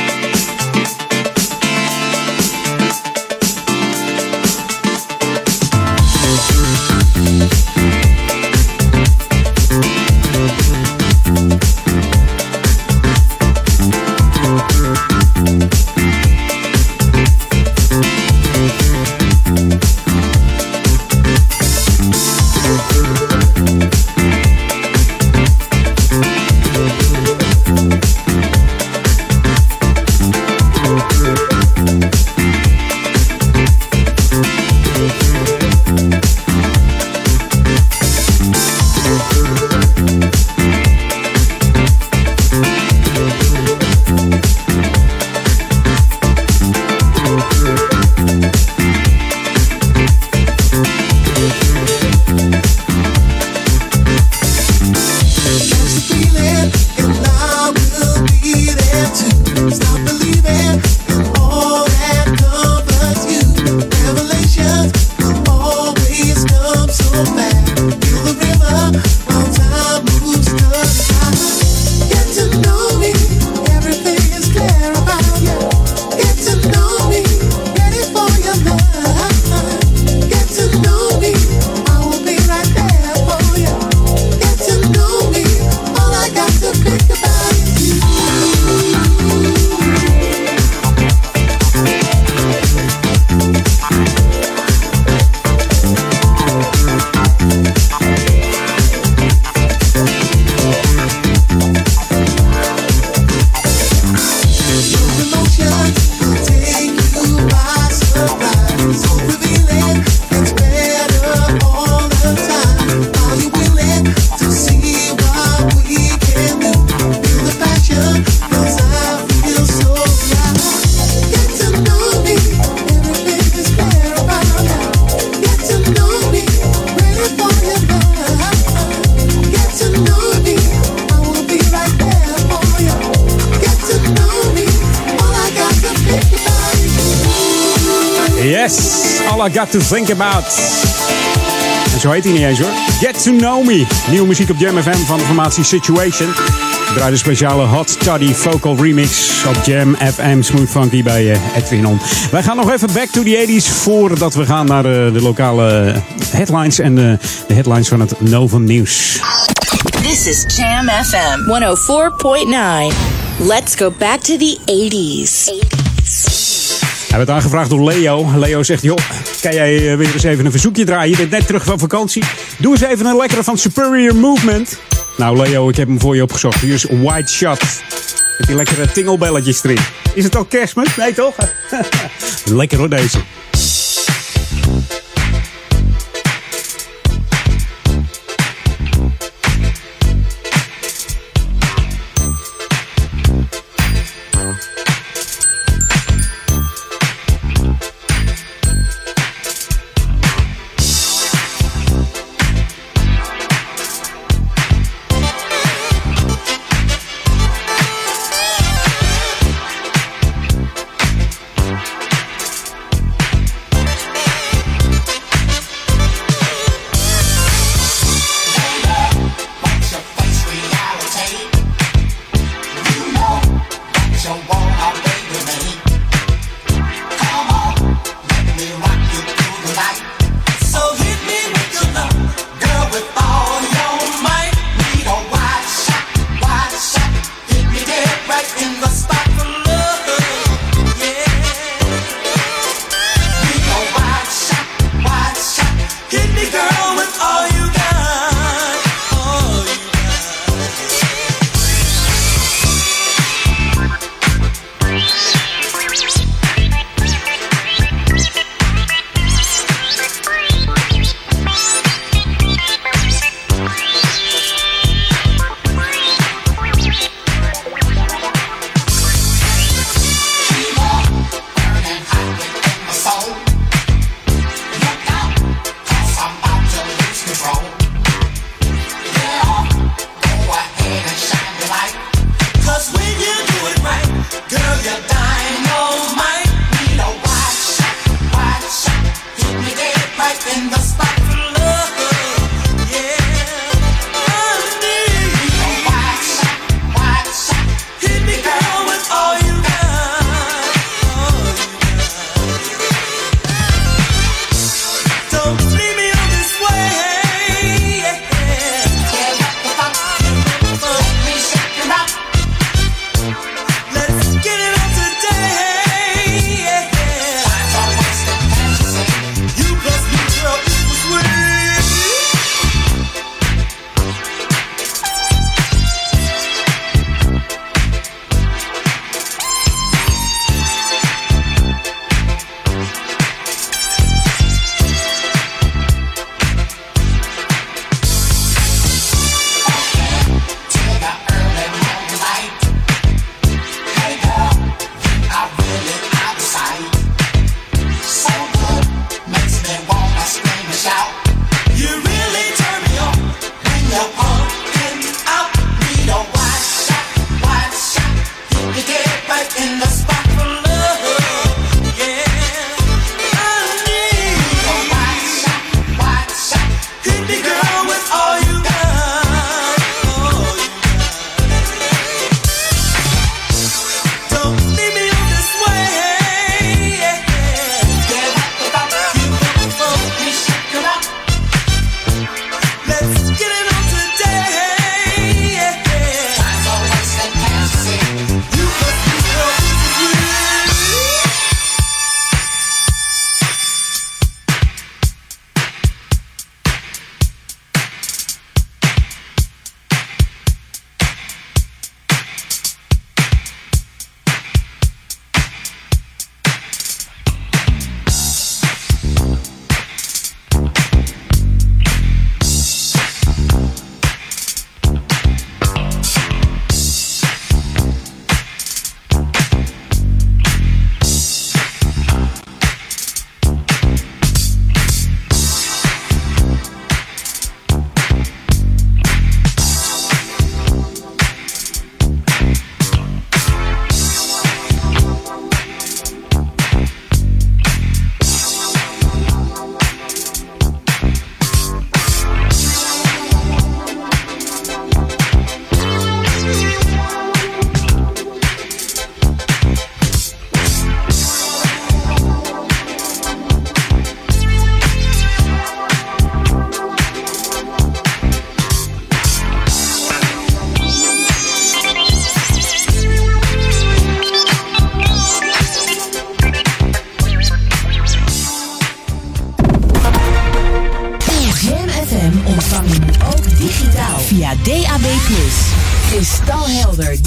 All I Got To Think About. En zo heet hij niet eens hoor. Get To Know Me. Nieuwe muziek op Jam FM van de formatie Situation. Ik draai de speciale Hot Toddy Vocal Remix op Jam FM Smooth Funky bij Edwin On. Wij gaan nog even back to the 80s voordat we gaan naar de lokale headlines en de headlines van het Novum Nieuws. This is Jam FM 104.9. Let's go back to the 80s. Hij werd aangevraagd door Leo. Leo zegt, joh, kan jij weer eens even een verzoekje draaien? Je bent net terug van vakantie. Doe eens even een lekkere van Superior Movement. Nou Leo, ik heb hem voor je opgezocht. Hier is White Shot. Met die lekkere tingelbelletjes erin. Is het al Kerstmis? Nee toch? Lekker hoor deze.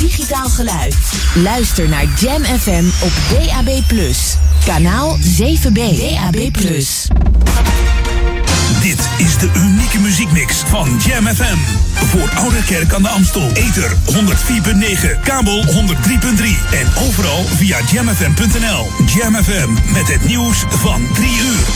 digitaal geluid. Luister naar Jam FM op DAB+. Kanaal 7B. DAB+. Dit is de unieke muziekmix van Jam FM. Voor Ouderkerk aan de Amstel. Ether 104.9, kabel 103.3 en overal via jamfm.nl. Jam FM met het nieuws van 3 uur.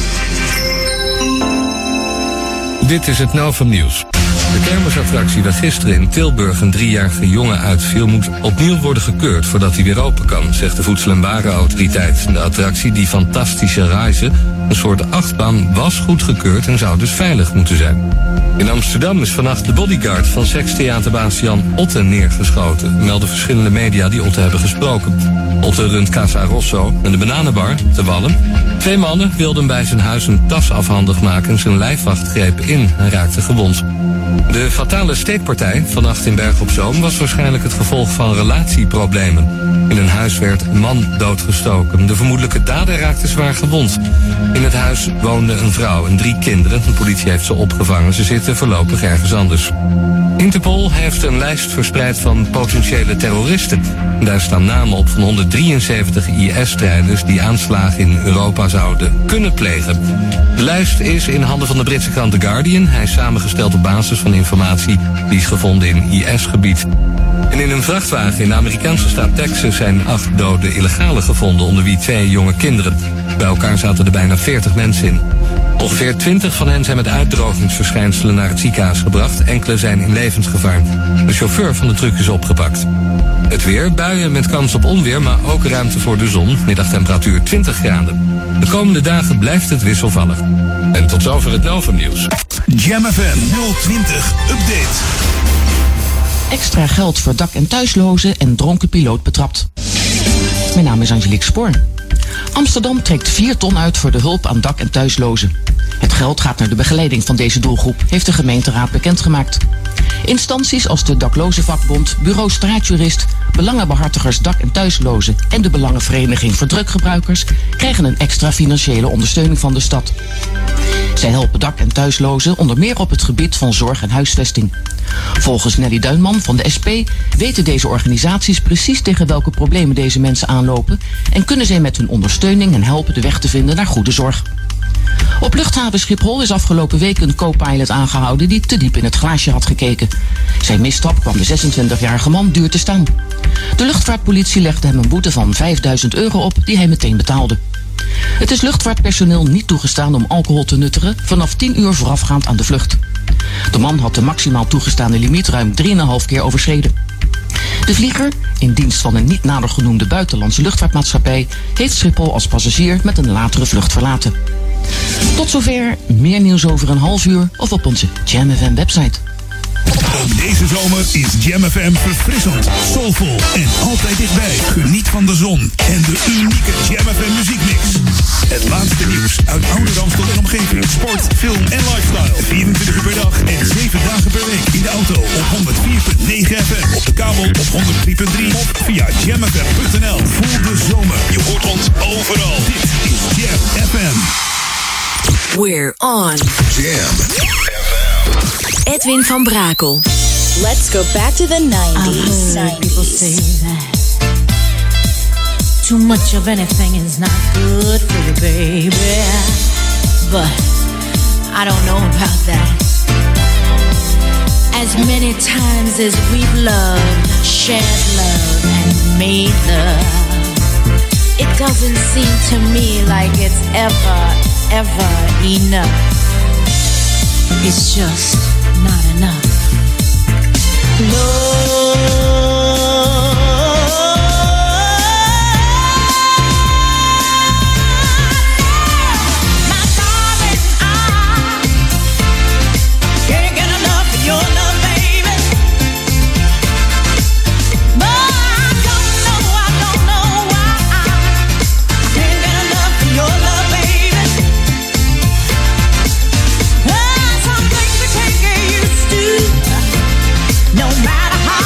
Dit is het Novum Nieuws. De kermisattractie waar gisteren in Tilburg een 3-jarige jongen uitviel, moet opnieuw worden gekeurd voordat hij weer open kan, zegt de Voedsel- en Warenautoriteit. De attractie, die Fantastische Reizen, een soort achtbaan, was goedgekeurd en zou dus veilig moeten zijn. In Amsterdam is vannacht de bodyguard van sekstheaterbaas Jan Otte neergeschoten, melden verschillende media die Otte hebben gesproken. Otte runt Casa Rosso en de Bananenbar te Wallen. 2 mannen wilden bij zijn huis een tas afhandig maken en zijn lijfwacht greep in en raakte gewond. De fatale steekpartij vannacht in Berg op Zoom was waarschijnlijk het gevolg van relatieproblemen. In een huis werd een man doodgestoken. De vermoedelijke dader raakte zwaar gewond. In het huis woonde een vrouw en 3 kinderen. De politie heeft ze opgevangen. Ze zitten voorlopig ergens anders. Interpol heeft een lijst verspreid van potentiële terroristen. Daar staan namen op van 173 IS-strijders die aanslagen in Europa zouden kunnen plegen. De lijst is in handen van de Britse krant The Guardian. Hij is samengesteld op basis van informatie die is gevonden in IS-gebied. En in een vrachtwagen in de Amerikaanse staat Texas zijn 8 dode illegalen gevonden, onder wie 2 jonge kinderen. Bij elkaar zaten er bijna 40 mensen in. Ongeveer 20 van hen zijn met uitdrogingsverschijnselen naar het ziekenhuis gebracht. Enkele zijn in levensgevaar. De chauffeur van de truck is opgepakt. Het weer, buien met kans op onweer, maar ook ruimte voor de zon. Middagtemperatuur 20 graden. De komende dagen blijft het wisselvallig. En tot zover het Novum Nieuws. Jam FM 020 Update. Extra geld voor dak- en thuislozen en dronken piloot betrapt. Mijn naam is Angelique Spoor. Amsterdam trekt 4 ton uit voor de hulp aan dak- en thuislozen. Het geld gaat naar de begeleiding van deze doelgroep, heeft de gemeenteraad bekendgemaakt. Instanties als de Daklozenvakbond, Bureau Straatjurist, Belangenbehartigers Dak- en Thuislozen en de Belangenvereniging voor Druggebruikers krijgen een extra financiële ondersteuning van de stad. Zij helpen dak- en thuislozen onder meer op het gebied van zorg en huisvesting. Volgens Nelly Duinman van de SP weten deze organisaties precies tegen welke problemen deze mensen aanlopen en kunnen zij met hun ondersteuning hen helpen de weg te vinden naar goede zorg. Op luchthaven Schiphol is afgelopen week een co-pilot aangehouden die te diep in het glaasje had gekeken. Zijn misstap kwam de 26-jarige man duur te staan. De luchtvaartpolitie legde hem een boete van €5.000 op die hij meteen betaalde. Het is luchtvaartpersoneel niet toegestaan om alcohol te nuttigen vanaf 10 uur voorafgaand aan de vlucht. De man had de maximaal toegestane limiet ruim 3,5 keer overschreden. De vlieger, in dienst van een niet nader genoemde buitenlandse luchtvaartmaatschappij, heeft Schiphol als passagier met een latere vlucht verlaten. Tot zover, meer nieuws over een half uur of op onze Jam FM website. Ook deze zomer is Jam FM verfrissend, soulvol en altijd dichtbij. Geniet van de zon en de unieke Jam FM muziekmix. Het laatste nieuws uit oude Amstel en omgeving. Sport, film en lifestyle. 24 uur per dag en 7 dagen per week. In de auto op 104.9 FM. Op de kabel op 103.3 of via jamfm.nl. Voel de zomer. Je hoort ons overal. Dit is Jam FM. We're on. Jam Edwin van Brakel. Let's go back to the 90s. I heard people say that too much of anything is not good for you, baby. But I don't know about that. As many times as we've loved, shared love, and made love, it doesn't seem to me like it's ever enough. It's just not enough. No matter how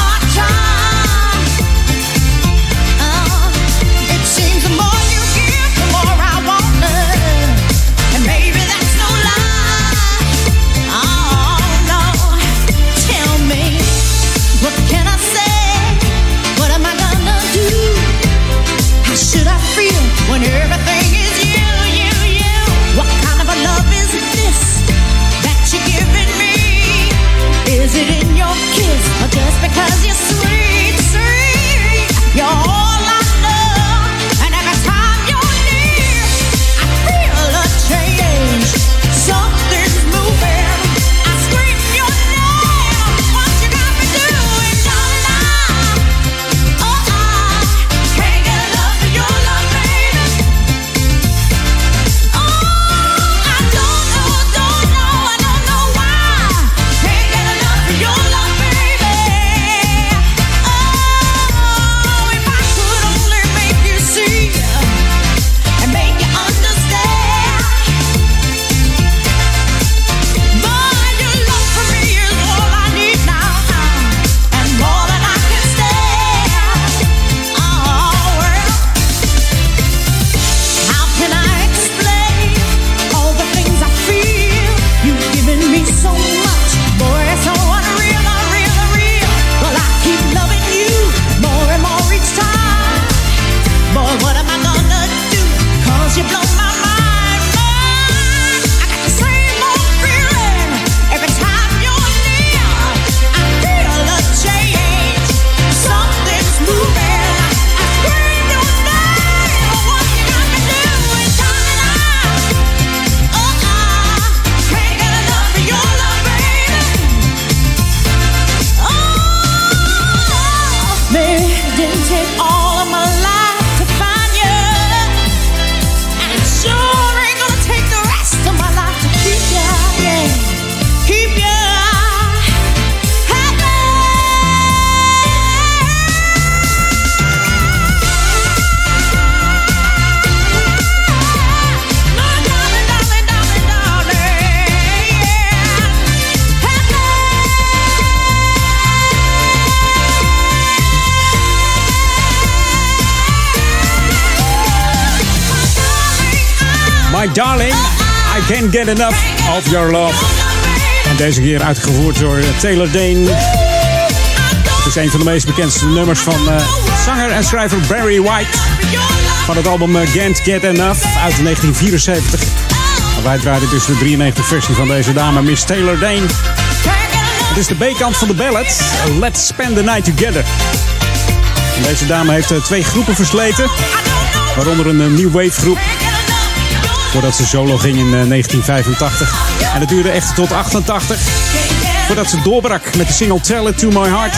waited all of my life to find you, and it sure ain't gonna take the rest of my life to keep you, yeah, keep you. My darling, I can't get enough of your love. En deze keer uitgevoerd door Taylor Dayne. Het is een van de meest bekendste nummers van zanger en schrijver Barry White. Van het album Can't Get Enough uit 1974. En wij draaiden dus de 93 versie van deze dame, Miss Taylor Dayne. Het is de B-kant van de ballad, Let's Spend the Night Together. En deze dame heeft 2 groepen versleten. Waaronder een new wave groep. Voordat ze solo ging in 1985. En het duurde echt tot 88. Voordat ze doorbrak met de single Tell It To My Heart.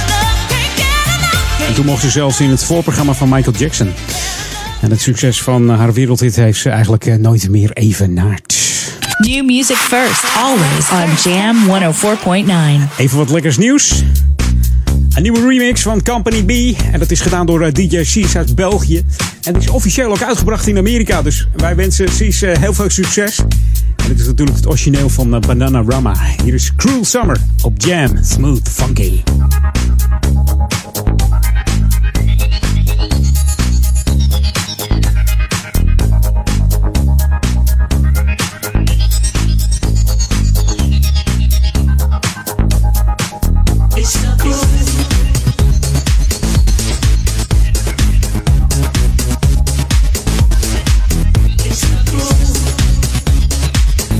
En toen mocht ze zelfs in het voorprogramma van Michael Jackson. En het succes van haar wereldhit heeft ze eigenlijk nooit meer evenaard. New music first, always on Jam 104.9. Even wat lekkers nieuws. Een nieuwe remix van Company B. En dat is gedaan door DJ Cies uit België. En het is officieel ook uitgebracht in Amerika. Dus wij wensen Cies heel veel succes. En dit is natuurlijk het origineel van Bananarama. Hier is Cruel Summer op Jam. Smooth Funky.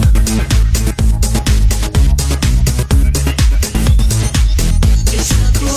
It's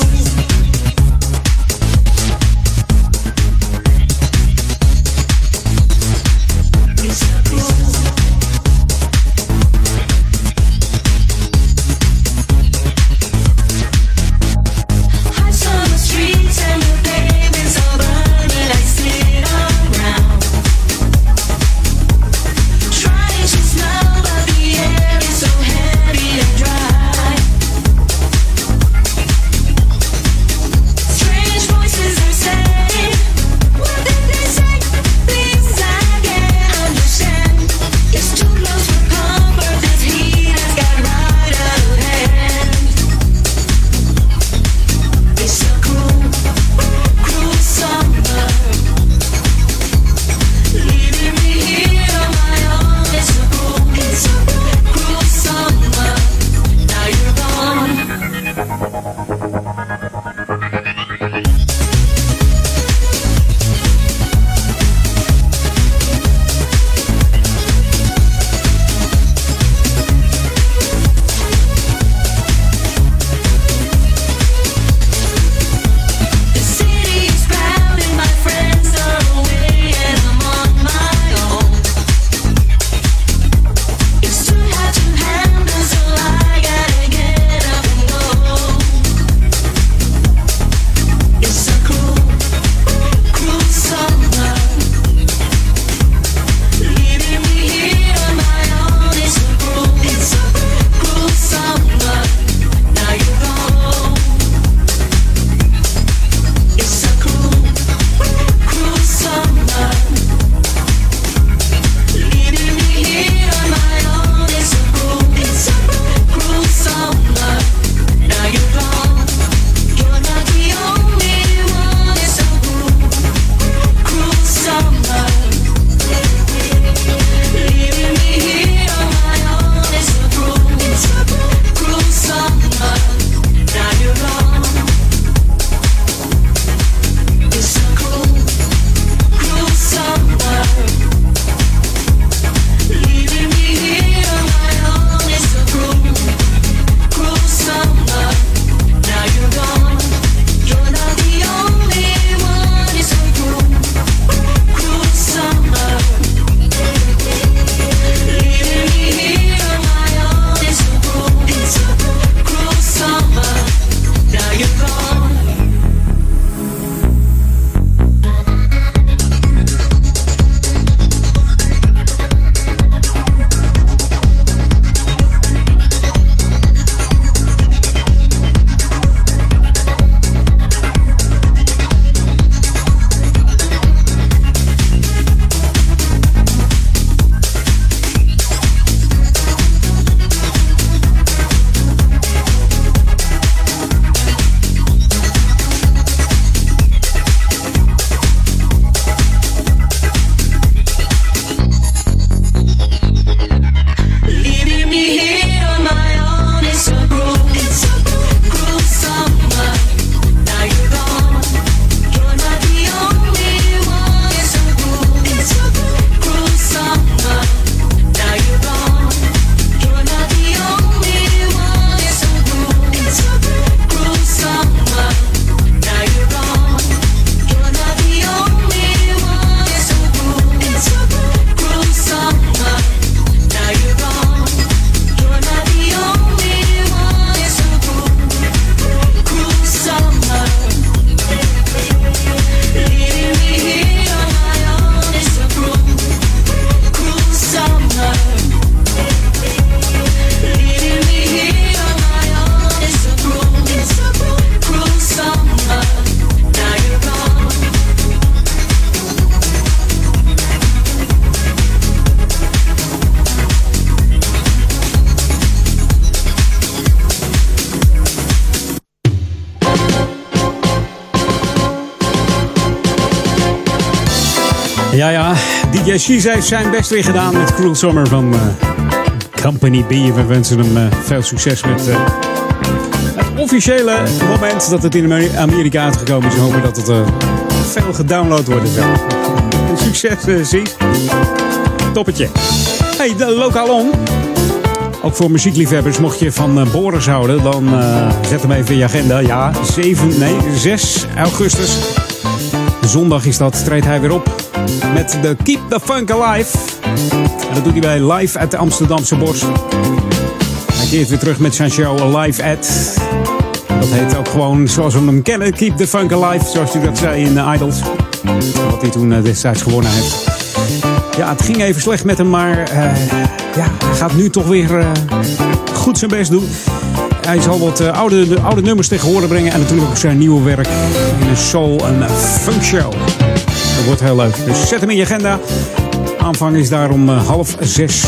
Ja, DJ Cheese heeft zijn best weer gedaan met Cruel Summer van Company B. We wensen hem veel succes met het officiële moment dat het in Amerika uitgekomen is. We hopen dat het veel gedownload wordt. Succes, Cies. Toppetje. Hey, de Lokalon. Ook voor muziekliefhebbers, mocht je van Boris houden, dan zet hem even in je agenda. Ja, 6 augustus. Zondag is dat, treedt hij weer op met de Keep the Funk Alive. En dat doet hij bij Live at de Amsterdamse Bos. Hij keert weer terug met zijn show Live at. Dat heet ook gewoon zoals we hem kennen, Keep the Funk Alive. Zoals hij dat zei in Idols. Wat hij toen destijds gewonnen heeft. Ja, het ging even slecht met hem, maar hij gaat nu toch weer goed zijn best doen. Hij zal wat oude nummers tegen horen brengen. En natuurlijk ook zijn nieuwe werk in een soul- en funk show. Dat wordt heel leuk. Dus zet hem in je agenda. Aanvang is daar om 5:30.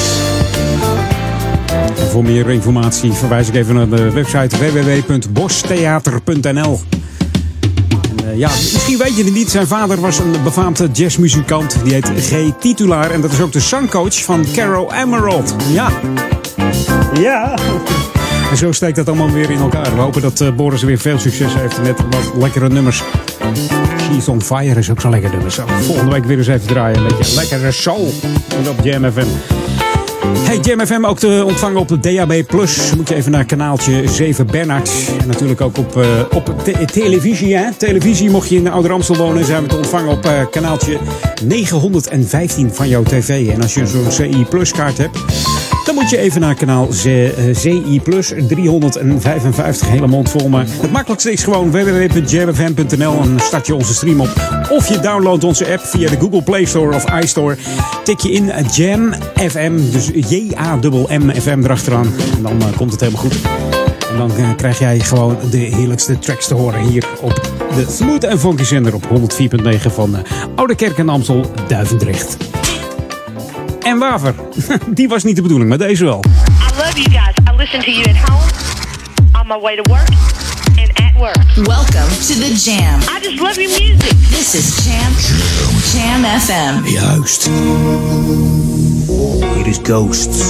En voor meer informatie verwijs ik even naar de website www.bostheater.nl. Misschien weet je het niet. Zijn vader was een befaamde jazzmuzikant. Die heet G. Titulaar. En dat is ook de zangcoach van Caro Emerald. Ja. En zo steekt dat allemaal weer in elkaar. We hopen dat Boris weer veel succes heeft met wat lekkere nummers. She's on Fire is ook zo'n lekker nummer. Zo, volgende week weer eens even draaien. Een beetje lekkere soul op Jam FM. Hey, Jam FM ook te ontvangen op de DAB+. Moet je even naar kanaaltje 7 Bernard. En natuurlijk ook op televisie. Hè? Televisie, mocht je in Ouder Amstel wonen, zijn we te ontvangen op kanaaltje 915 van jouw tv. En als je zo'n CI Plus kaart hebt, dan moet je even naar kanaal CI Plus 355, hele mond vol. Maar het makkelijkste is gewoon www.jamfm.nl en start je onze stream op. Of je downloadt onze app via de Google Play Store of iStore. Tik je in Jam FM, dus JAMM FM erachteraan. En dan komt het helemaal goed. En dan krijg jij gewoon de heerlijkste tracks te horen hier op de Smooth & Funky zender op 104.9 van Oude Kerk en Amstel, Duivendrecht. En Waver. Die was niet de bedoeling, maar deze wel. I love you guys. I listen to you at home, on my way to work, and at work. Welcome to the Jam. I just love your music. This is Jam FM. Juist. Hier is Ghosts.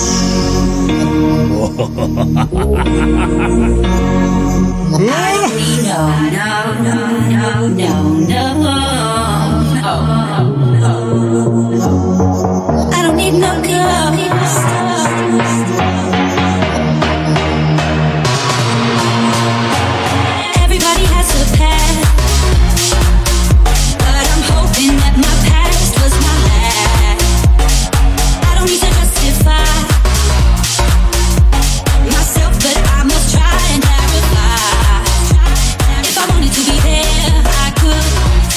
I don't need no ghost. Everybody has a past, but I'm hoping that my past was my last. I don't need to justify myself, but I must try and clarify. If I wanted to be there, I could.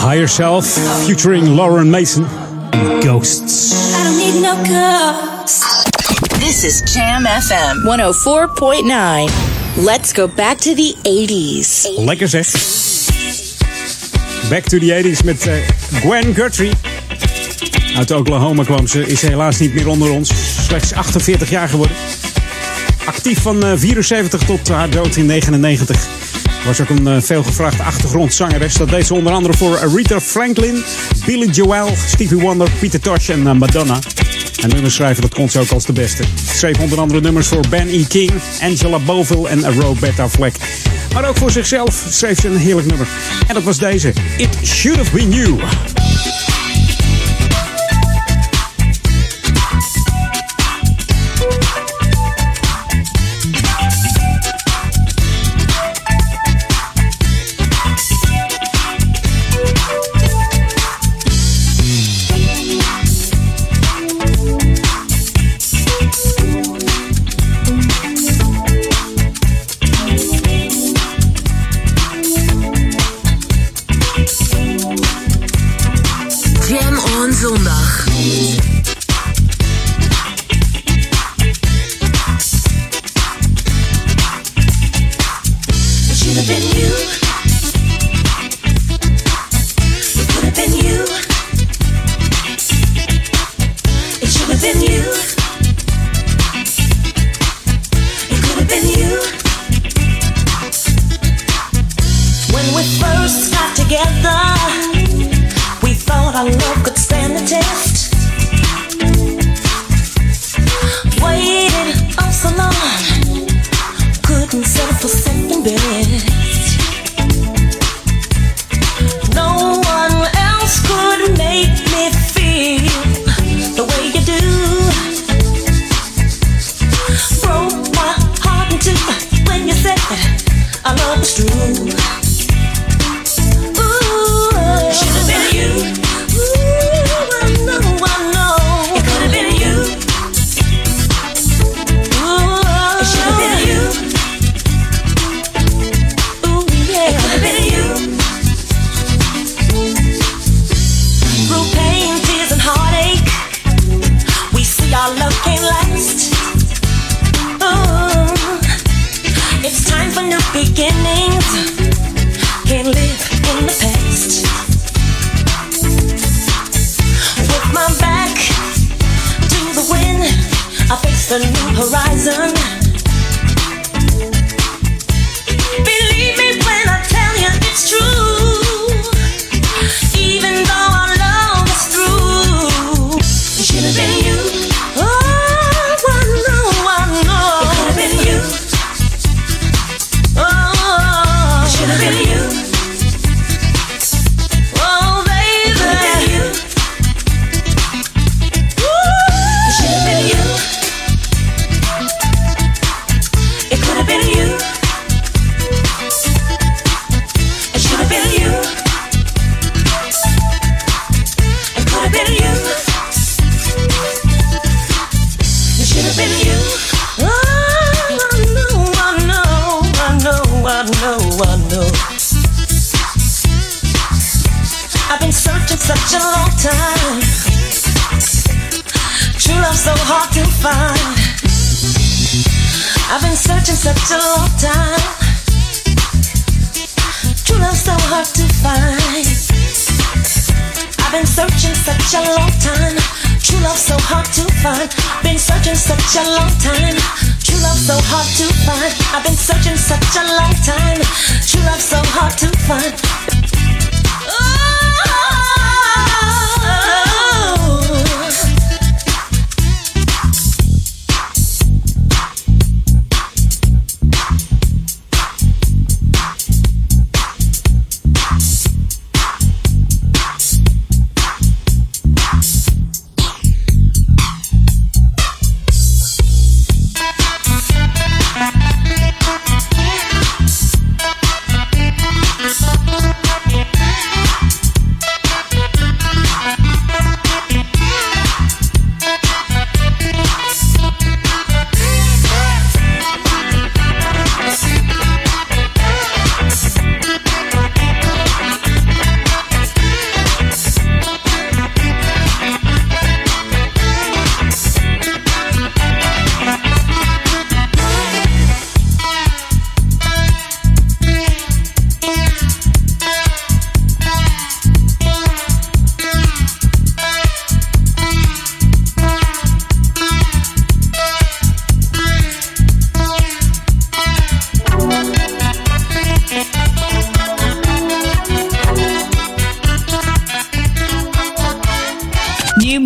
Higher Self, featuring Lauren Mason. Ghosts. I don't need no ghosts. This is Jam FM 104.9. Let's go back to the 80s. Lekker zeg. Back to the 80s met Gwen Guthrie. Uit Oklahoma kwam ze, is helaas niet meer onder ons. Slechts 48 jaar geworden. Actief van 74 tot haar dood in 99. Was ook een veelgevraagde achtergrondzangeres. Dat deed ze onder andere voor Aretha Franklin, Billy Joel, Stevie Wonder, Peter Tosh en Madonna. En nummers schrijven, dat kon ze ook als de beste. Ze schreef onder andere nummers voor Ben E. King, Angela Bovill en Roberta Fleck. Maar ook voor zichzelf schreef ze een heerlijk nummer. En dat was deze, It Should Have Been You. Zondag. It should have been you. It could have been you. It should have been you. It could have been you. When we first got together, we thought our love could stand the test. Waited oh so long, couldn't settle for second best. No one else could make me feel the way you do. Broke my heart in two when you said our love was true. It should have been you. Our love can't last. Oh, it's time for new beginnings. Can't live in the past. With my back to the wind, I face the new horizon. Believe me when I tell you it's true. Even though our love is through, it should have been you. Such a long time. True love so hard to find. I've been searching such a long time. True love so hard to find. I've been searching such a long time. True love so hard to find. Been searching such a long time. True love so hard to find. I've been searching such a long time. True love so hard to find.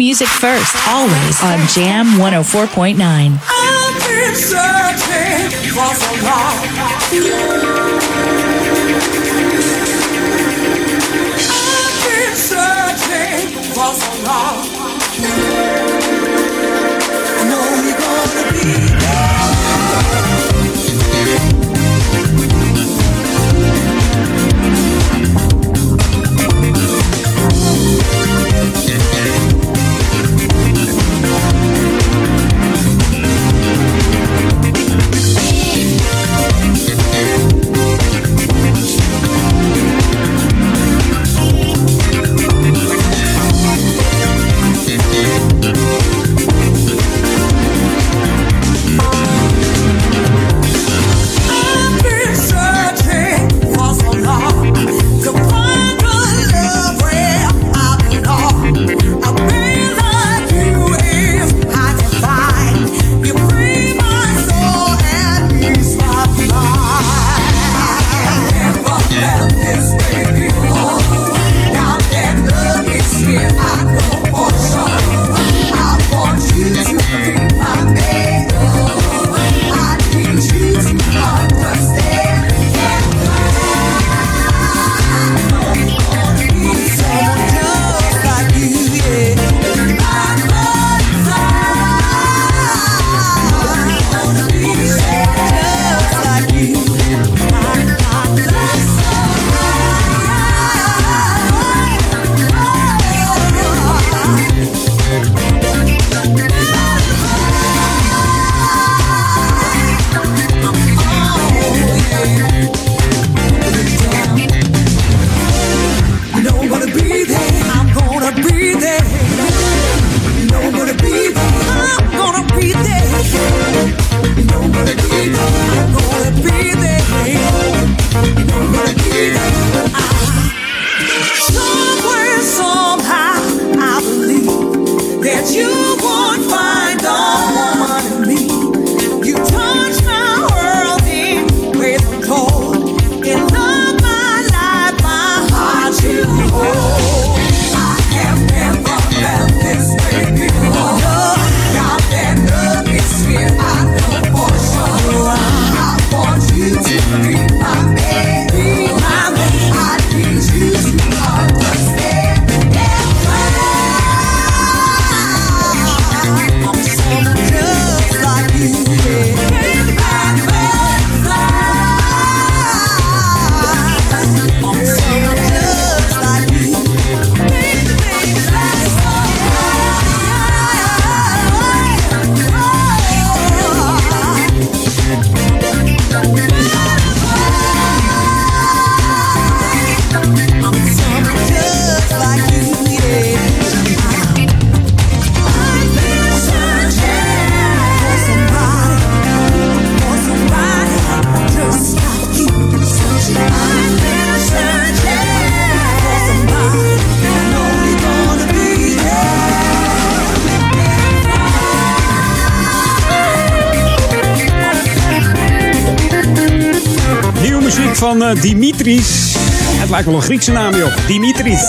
music first, always on Jam 104.9. I've been searching for so long. I've been searching for so long. I know you're gonna be there. Van Dimitris. Het lijkt wel een Griekse naam, joh. Dimitris.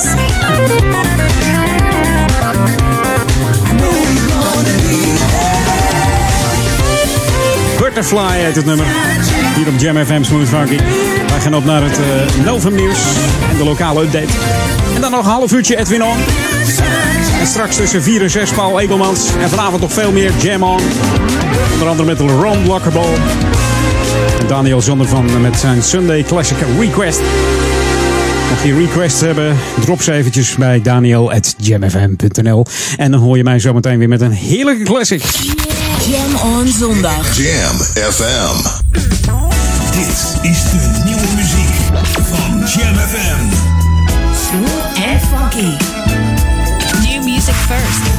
Butterfly heet het nummer. Hier op Jam FM Smooth Funky. Wij gaan op naar het Novum nieuws en de lokale update. En dan nog een half uurtje Edwin On. En straks tussen 4 en 6 Paul Egelmans. En vanavond nog veel meer Jam On. Onder andere met Ron Blockerball. Daniel Zondervan met zijn Sunday Classic Request. Mocht je requests hebben, drop ze eventjes bij daniel@jamfm.nl. En dan hoor je mij zometeen weer met een heerlijke classic. Jam on zondag. Jam FM. Dit is de nieuwe muziek van Jam FM. Smooth and funky. New music first.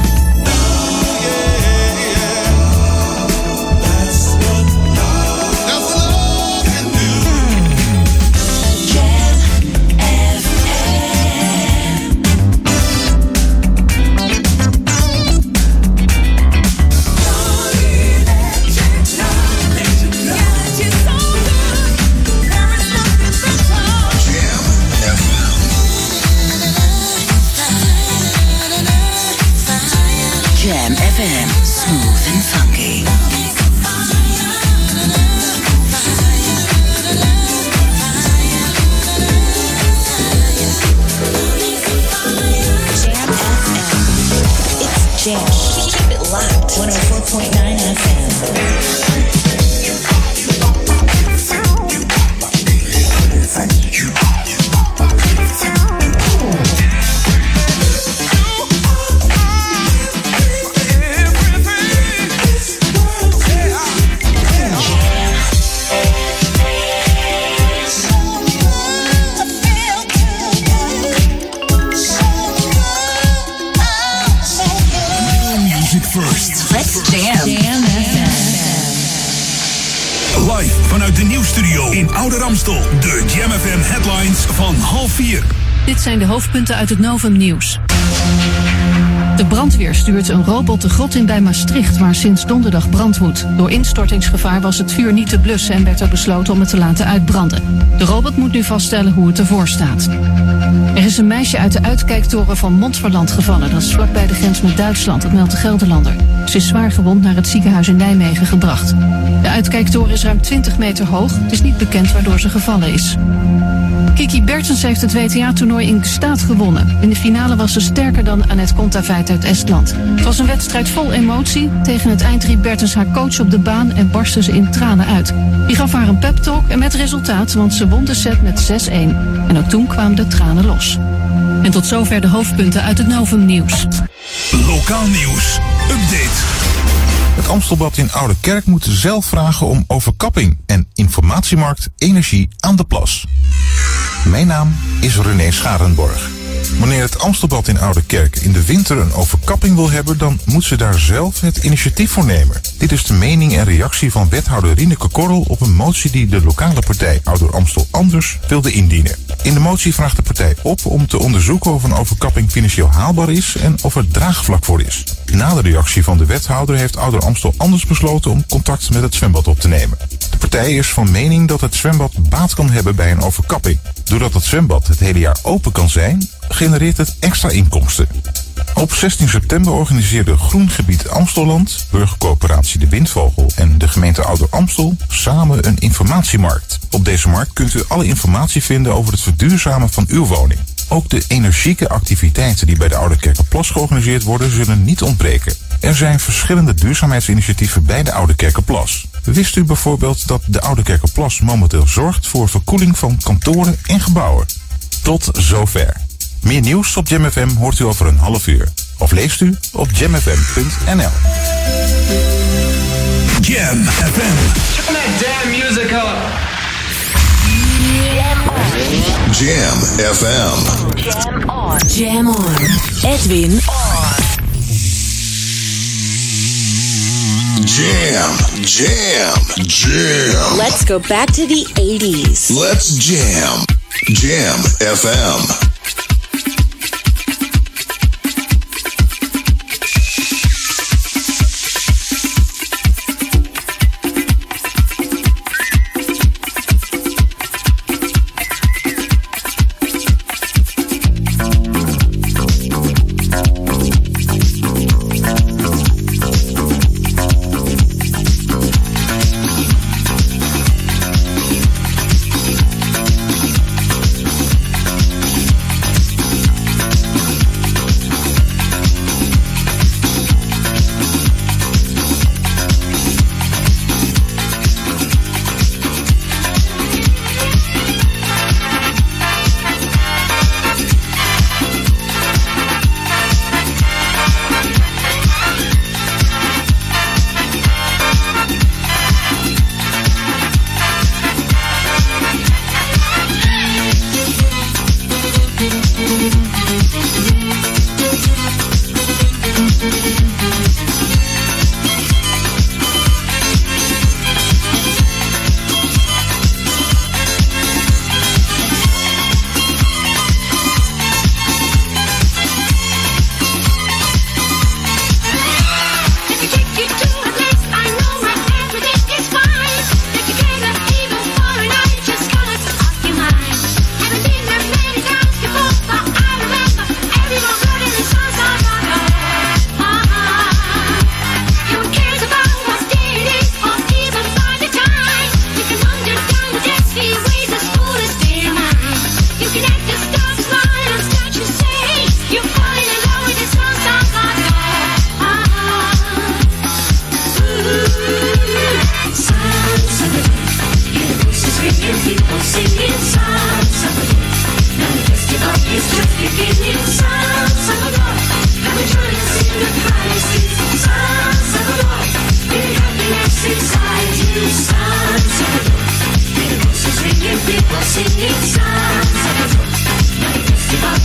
Jam FM. FM, smooth and funky. Jam. Keep it locked. 104.9 FM. First. Let's jam. Jam FM. Live vanuit de nieuwsstudio in Ouder Amstel. De Jam FM headlines van 3:30. Dit zijn de hoofdpunten uit het Novum Nieuws. De brandweer stuurt een robot de grot in bij Maastricht, waar sinds donderdag brand woedt. Door instortingsgevaar was het vuur niet te blussen en werd er besloten om het te laten uitbranden. De robot moet nu vaststellen hoe het ervoor staat. Er is een meisje uit de uitkijktoren van Montferland gevallen. Dat is vlakbij de grens met Duitsland, dat meldt de Gelderlander. Ze is zwaar gewond naar het ziekenhuis in Nijmegen gebracht. De uitkijktoren is ruim 20 meter hoog. Het is niet bekend waardoor ze gevallen is. Kiki Bertens heeft het WTA-toernooi in Gstaad gewonnen. In de finale was ze sterker dan Anett Kontaveit uit Estland. Het was een wedstrijd vol emotie. Tegen het eind riep Bertens haar coach op de baan en barstte ze in tranen uit. Die gaf haar een pep-talk en met resultaat, want ze won de set met 6-1. En ook toen kwamen de tranen los. En tot zover de hoofdpunten uit het Novum Nieuws. Lokaal nieuws. Update. Het Amstelblad in Ouderkerk moet zelf vragen om overkapping en informatiemarkt Energie aan de Plas. Mijn naam is René Scharenborg. Wanneer het Amstelblad in Ouderkerk in de winter een overkapping wil hebben, dan moet ze daar zelf het initiatief voor nemen. Dit is de mening en reactie van wethouder Rieneke Korrel op een motie die de lokale partij Ouder Amstel Anders wilde indienen. In de motie vraagt de partij op om te onderzoeken of een overkapping financieel haalbaar is en of er draagvlak voor is. Na de reactie van de wethouder heeft Ouder Amstel Anders besloten om contact met het zwembad op te nemen. De partij is van mening dat het zwembad baat kan hebben bij een overkapping. Doordat het zwembad het hele jaar open kan zijn, genereert het extra inkomsten. Op 16 september organiseerde Groengebied Amstelland, Burgercoöperatie De Windvogel en de gemeente Ouder Amstel samen een informatiemarkt. Op deze markt kunt u alle informatie vinden over het verduurzamen van uw woning. Ook de energieke activiteiten die bij de Ouderkerkerplas georganiseerd worden zullen niet ontbreken. Er zijn verschillende duurzaamheidsinitiatieven bij de Ouderkerkerplas. Wist u bijvoorbeeld dat de Ouderkerkerplas momenteel zorgt voor verkoeling van kantoren en gebouwen? Tot zover. Meer nieuws op Jam FM hoort u over een half uur. Of leest u op jamfm.nl. Jam FM. Turn that damn music up. Jam FM. Jam on. Jam on. Edwin on. Jam, jam, jam. Let's go back to the 80s. Let's jam. Jam FM.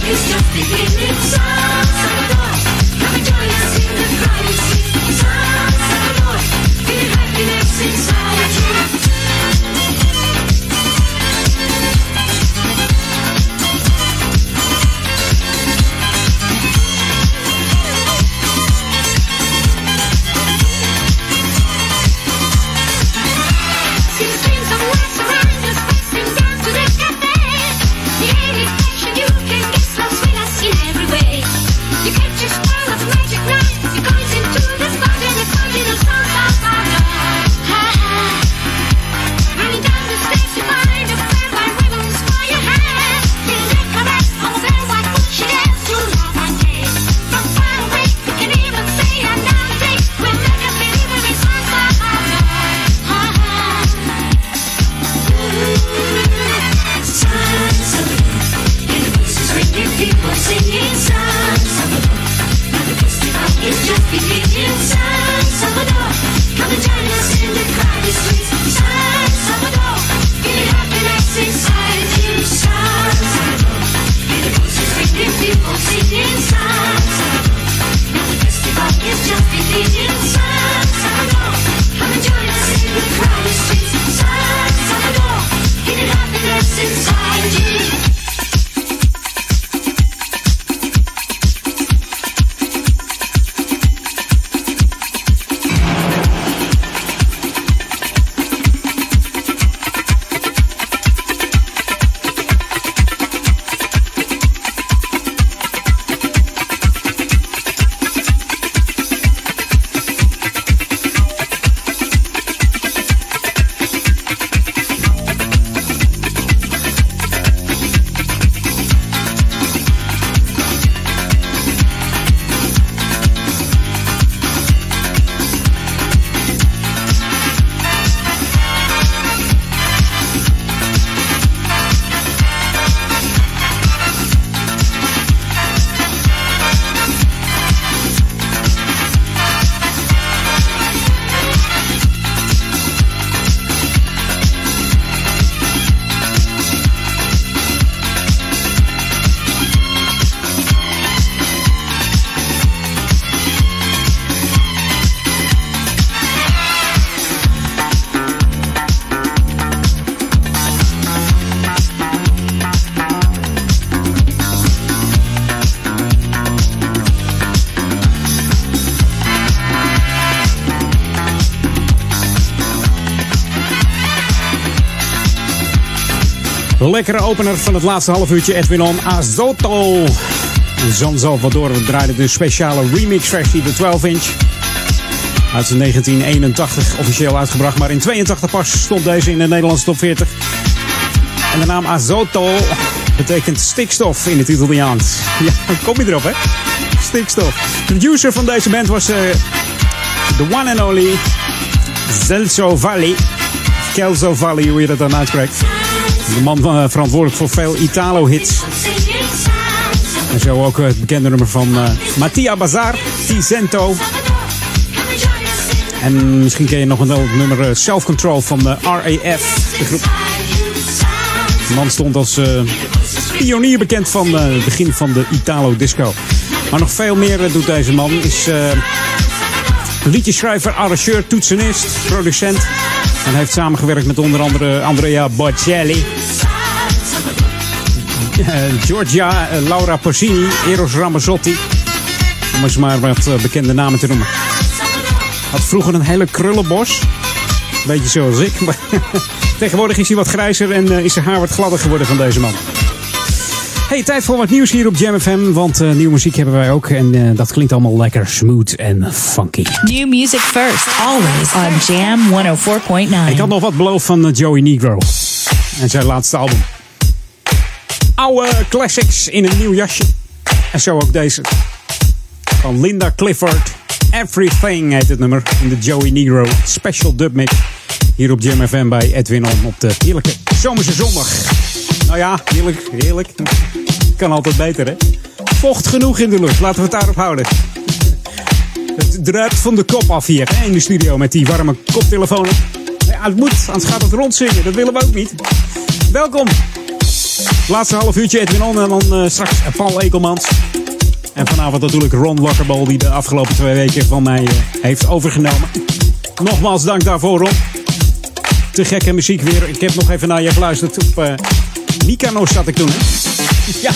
Lekkere opener van het laatste half uurtje. Edwin On, Azoto. En San Salvador draaide de speciale remix versie, de 12-inch. Uit 1981 officieel uitgebracht, maar in 82 pas stond deze in de Nederlandse top 40. En de naam Azoto betekent stikstof in het Italiaans. Ja, dan kom je erop, hè? Stikstof. De producer van deze band was the one and only Celso Valli. Celso Valli, hoe je dat dan uitspreekt. De man verantwoordelijk voor veel Italo-hits. En zo ook het bekende nummer van Mattia Bazar, Ticento. En misschien ken je nog een nummer Self Control van de RAF, de groep. De man stond als pionier bekend van het begin van de Italo-disco. Maar nog veel meer doet deze man. Is liedjeschrijver, arrangeur, toetsenist, producent. En heeft samengewerkt met onder andere Andrea Bocelli, Giorgia, Laura Pausini, Eros Ramazzotti. Om eens maar wat bekende namen te noemen. Had vroeger een hele krullenbos. Beetje zoals ik. Maar tegenwoordig is hij wat grijzer en is zijn haar wat gladder geworden van deze man. Hey, tijd voor wat nieuws hier op Jam FM. Want nieuwe muziek hebben wij ook. En dat klinkt allemaal lekker smooth en funky. New music first, always on Jam 104.9. Ik had nog wat beloofd van Joey Negro. En zijn laatste album. Oude classics in een nieuw jasje. En zo ook deze. Van Linda Clifford. Everything heet het nummer. In de Joey Negro Special Dub Mix. Hier op Jam FM bij Edwin On. Op de heerlijke zomerse zondag. Nou ja, heerlijk. Kan altijd beter, hè? Vocht genoeg in de lucht. Laten we het daarop houden. Het druipt van de kop af hier, hè, in de studio met die warme koptelefoon. Ja, het moet, anders gaat het rondzingen. Dat willen we ook niet. Welkom. Laatste half uurtje Edwin On en dan straks Paul Ekelmans. En vanavond natuurlijk Ron Lokkerbol die de afgelopen 2 weken van mij heeft overgenomen. Nogmaals dank daarvoor, Ron. Te gekke muziek weer. Ik heb nog even naar je geluisterd. Op Mykonos zat ik toen, hè? Ja.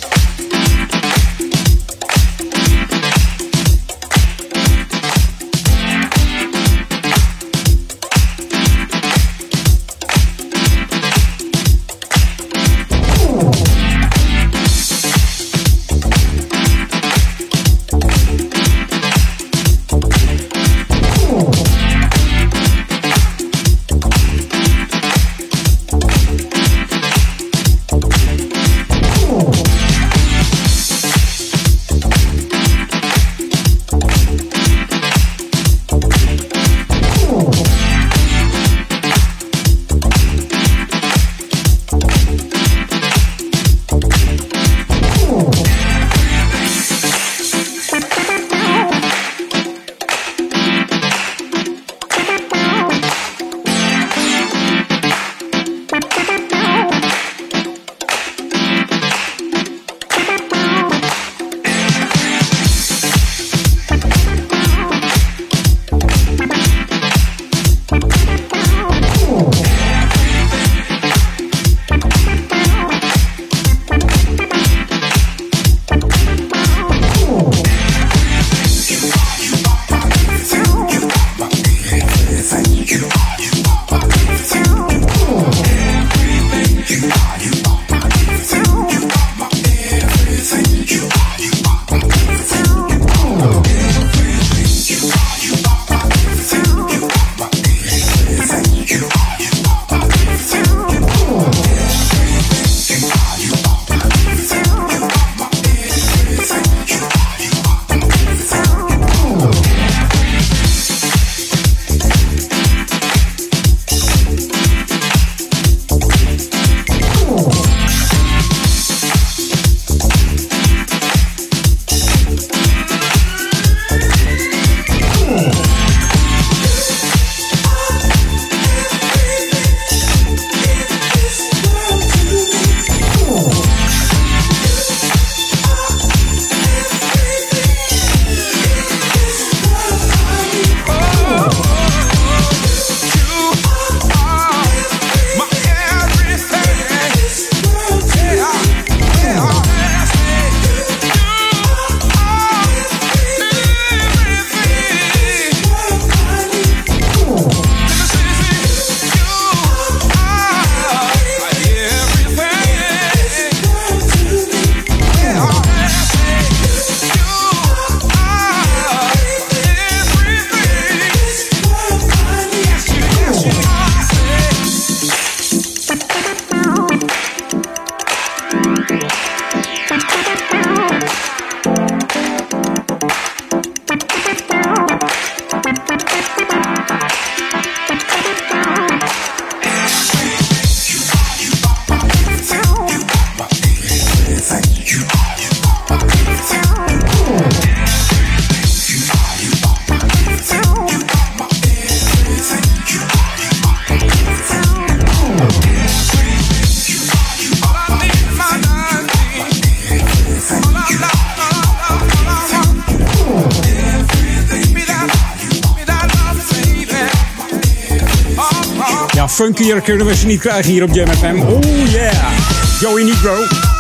Funkier kunnen we ze niet krijgen hier op Jam FM. Oh yeah! Joey Negro.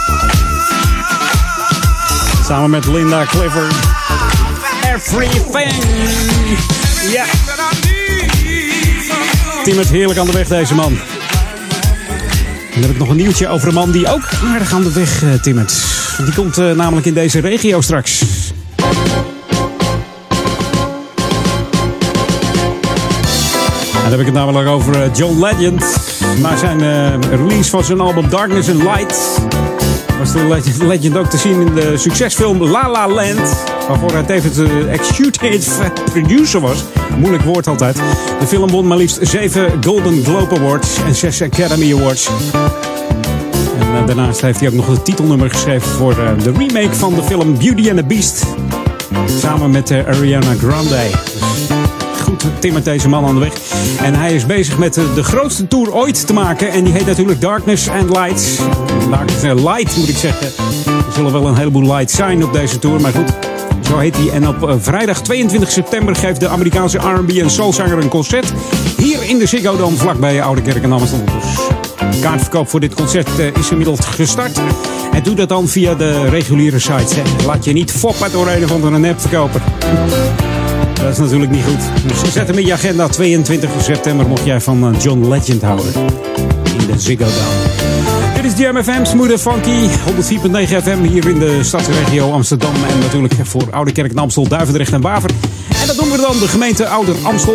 Samen met Linda Clifford. Everything! Ja! Timmet heerlijk aan de weg, deze man. En dan heb ik nog een nieuwtje over een man die ook aardig aan de weg timmert. Die komt namelijk in deze regio straks. Dan heb ik het namelijk over John Legend. Na zijn release van zijn album Darkness and Light was de Legend ook te zien in de succesfilm La La Land, waarvoor hij tevens executive producer was. Moeilijk woord altijd. De film won maar liefst 7 Golden Globe Awards en 6 Academy Awards. En daarnaast heeft hij ook nog het titelnummer geschreven voor de remake van de film Beauty and the Beast. Samen met Ariana Grande. goed timmert deze man aan de weg. En hij is bezig met de grootste tour ooit te maken. En die heet natuurlijk Darkness and Light. Light moet ik zeggen. Er zullen wel een heleboel lights zijn op deze tour, maar goed. Zo heet hij. En op vrijdag 22 september geeft de Amerikaanse R&B en soulzanger een concert. Hier in de Ziggo Dome, vlakbij Oude Kerk en Amstel. Dus kaartverkoop voor dit concert is inmiddels gestart. En doe dat dan via de reguliere sites. Hè. Laat je niet foppen door een of andere nepverkoper. Dat is natuurlijk niet goed. Dus zet hem in je agenda. 22 september mocht jij van John Legend houden. In de Ziggo Dome. Dit is Jam FM, smooth and funky. 104.9 FM hier in de stadsregio Amsterdam. En natuurlijk voor Oude Kerk en Amstel, Duivendrecht en Waver. En dat doen we dan de gemeente Ouder Amstel.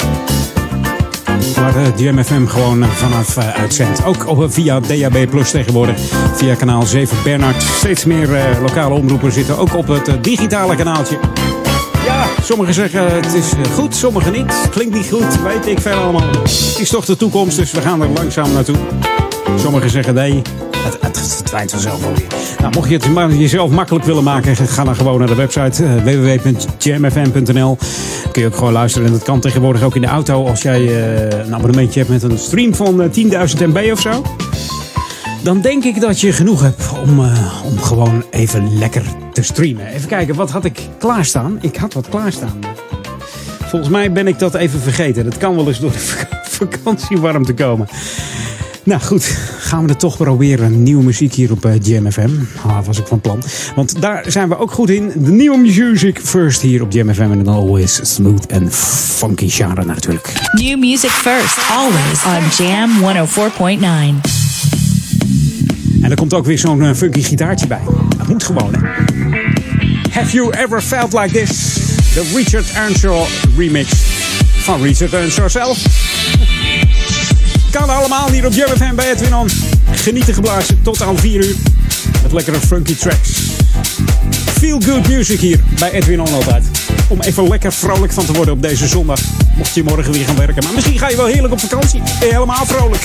Waar Jam FM gewoon vanaf uitzendt. Ook via DAB Plus tegenwoordig. Via kanaal 7 Bernard. Steeds meer lokale omroepen zitten ook op het digitale kanaaltje. Ja, sommigen zeggen het is goed, sommigen niet. Klinkt niet goed, weet ik veel allemaal. Het is toch de toekomst, dus we gaan er langzaam naartoe. Sommigen zeggen nee, het verdwijnt vanzelf alweer. Nou, mocht je het maar jezelf makkelijk willen maken, ga dan gewoon naar de website www.jamfm.nl. Kun je ook gewoon luisteren. En dat kan tegenwoordig ook in de auto als jij een abonnementje hebt met een stream van 10.000 MB of zo. Dan denk ik dat je genoeg hebt om gewoon even lekker te streamen. Even kijken, wat had ik klaarstaan? Ik had wat klaarstaan. Volgens mij ben ik dat even vergeten. Dat kan wel eens door de vakantie warm te komen. Nou goed, gaan we er toch proberen. Nieuwe muziek hier op Jam FM. Was ik van plan. Want daar zijn we ook goed in. De nieuwe music first hier op Jam FM. En dan always smooth and funky genre natuurlijk. New music first, always on Jam 104.9. En er komt ook weer zo'n funky gitaartje bij. Dat moet gewoon, hè. Have You Ever Felt Like This? De Richard Earnshaw remix van Richard Earnshaw zelf. Kan allemaal hier op Jam FM bij Edwin On. Genieten geblazen tot aan 4 uur. Met lekkere funky tracks. Feel good music hier bij Edwin On altijd. Om even lekker vrolijk van te worden op deze zondag. Mocht je morgen weer gaan werken. Maar misschien ga je wel heerlijk op vakantie. Ben je helemaal vrolijk.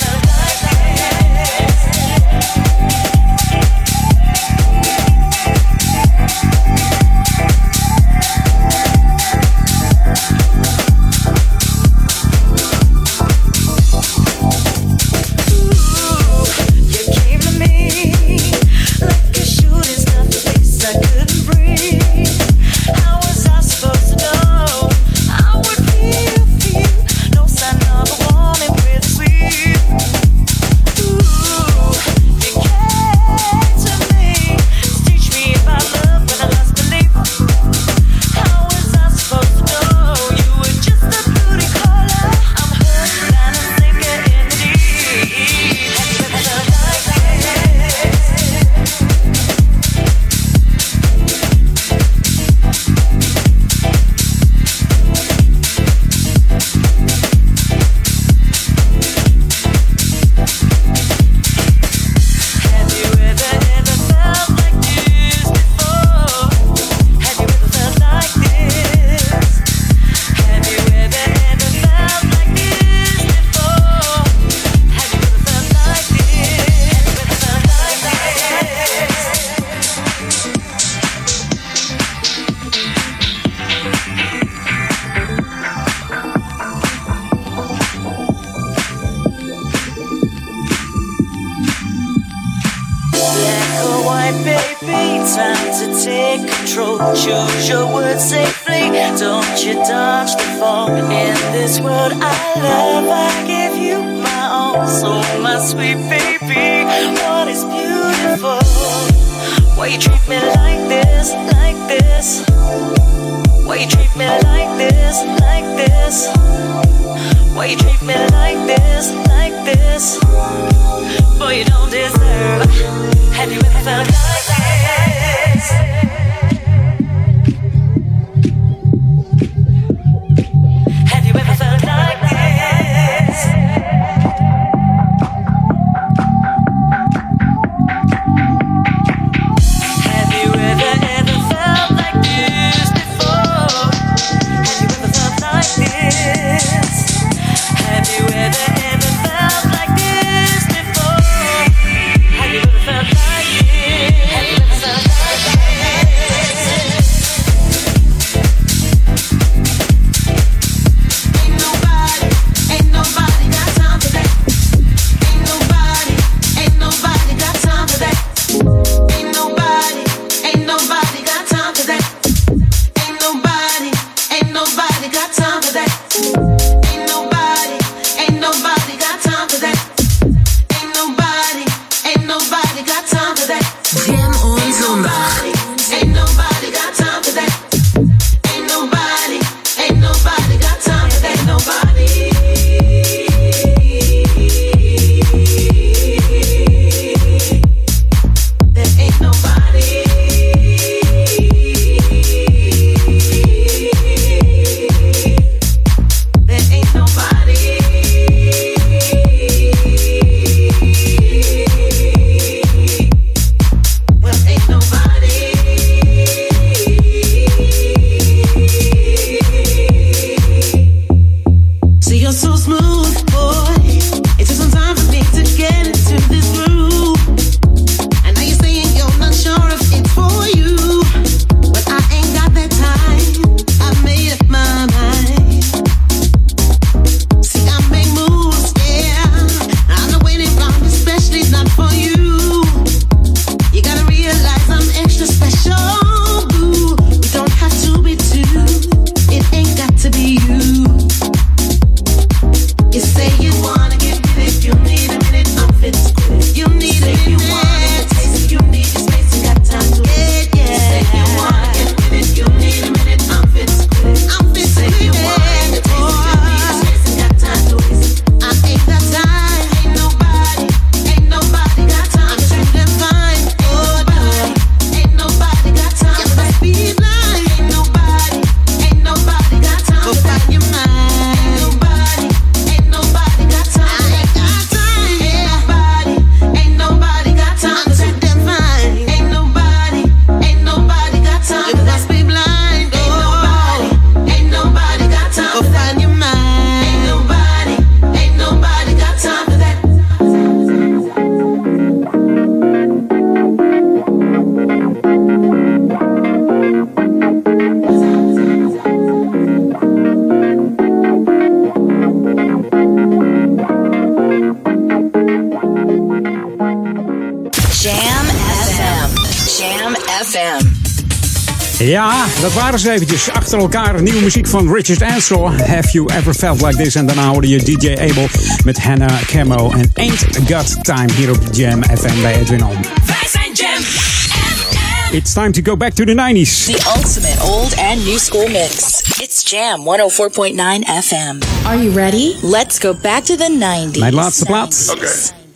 Jam FM. Ja, dat waren ze eventjes. Achter elkaar nieuwe muziek van Richard Ansel. Have You Ever Felt Like This? En daarna hoorde je DJ Abel met Hannah Camo en Ain't Got Time hier op Jam FM bij Edwin On. Wij zijn Jam FM. It's time to go back to the 90s. The ultimate old and new school mix. It's Jam 104.9 FM. Are you ready? Let's go back to the 90s. Mijn laatste plaat. Oké.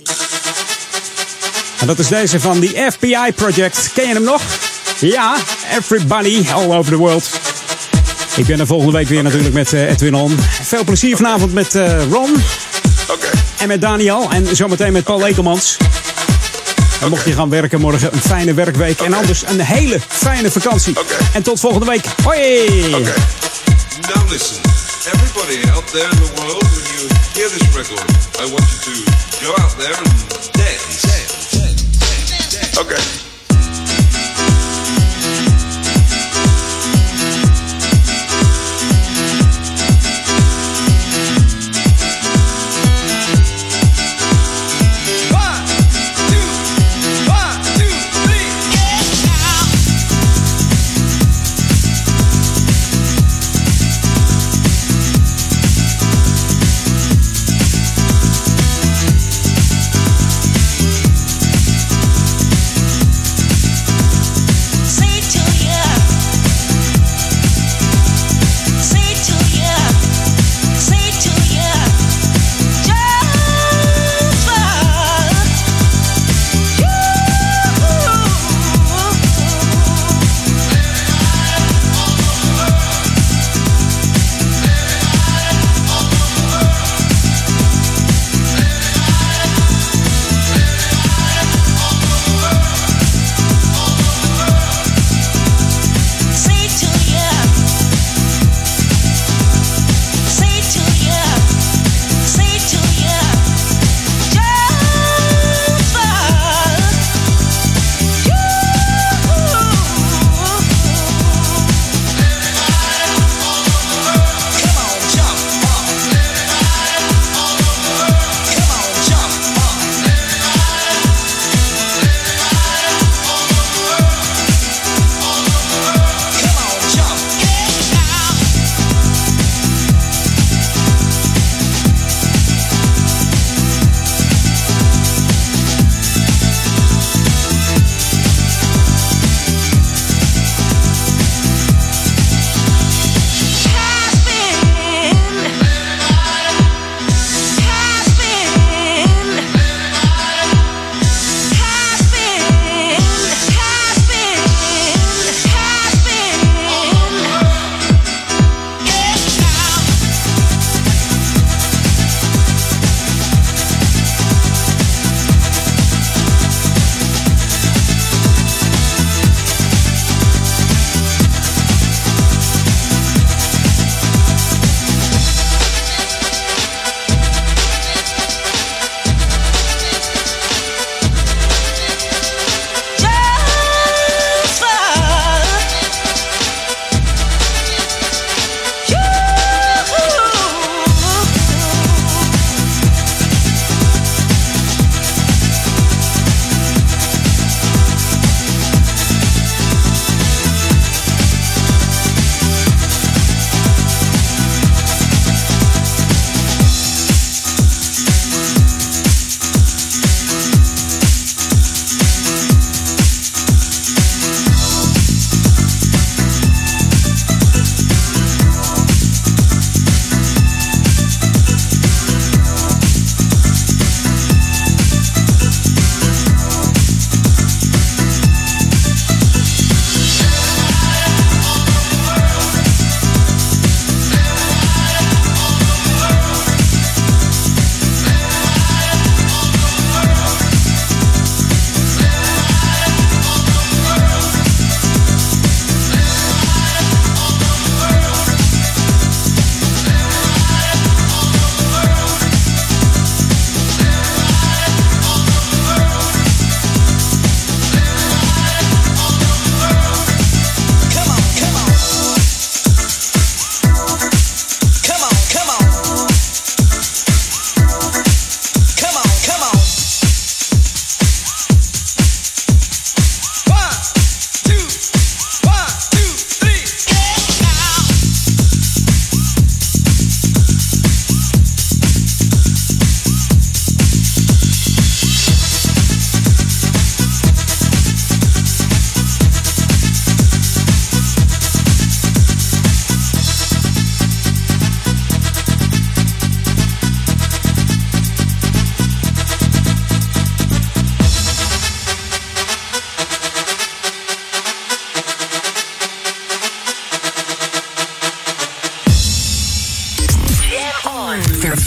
En dat is deze van The FBI Project. Ken je hem nog? Ja, Everybody All Over The World. Ik ben er volgende week weer natuurlijk met Edwin On. Veel plezier vanavond met Ron. En met Daniel. En zometeen met Paul Ekelmans. En mocht je gaan werken morgen, een fijne werkweek. En anders een hele fijne vakantie. En tot volgende week. Hoi! Now listen, everybody out there in the world, when you hear this record, I want you to go out there and dance. Okay.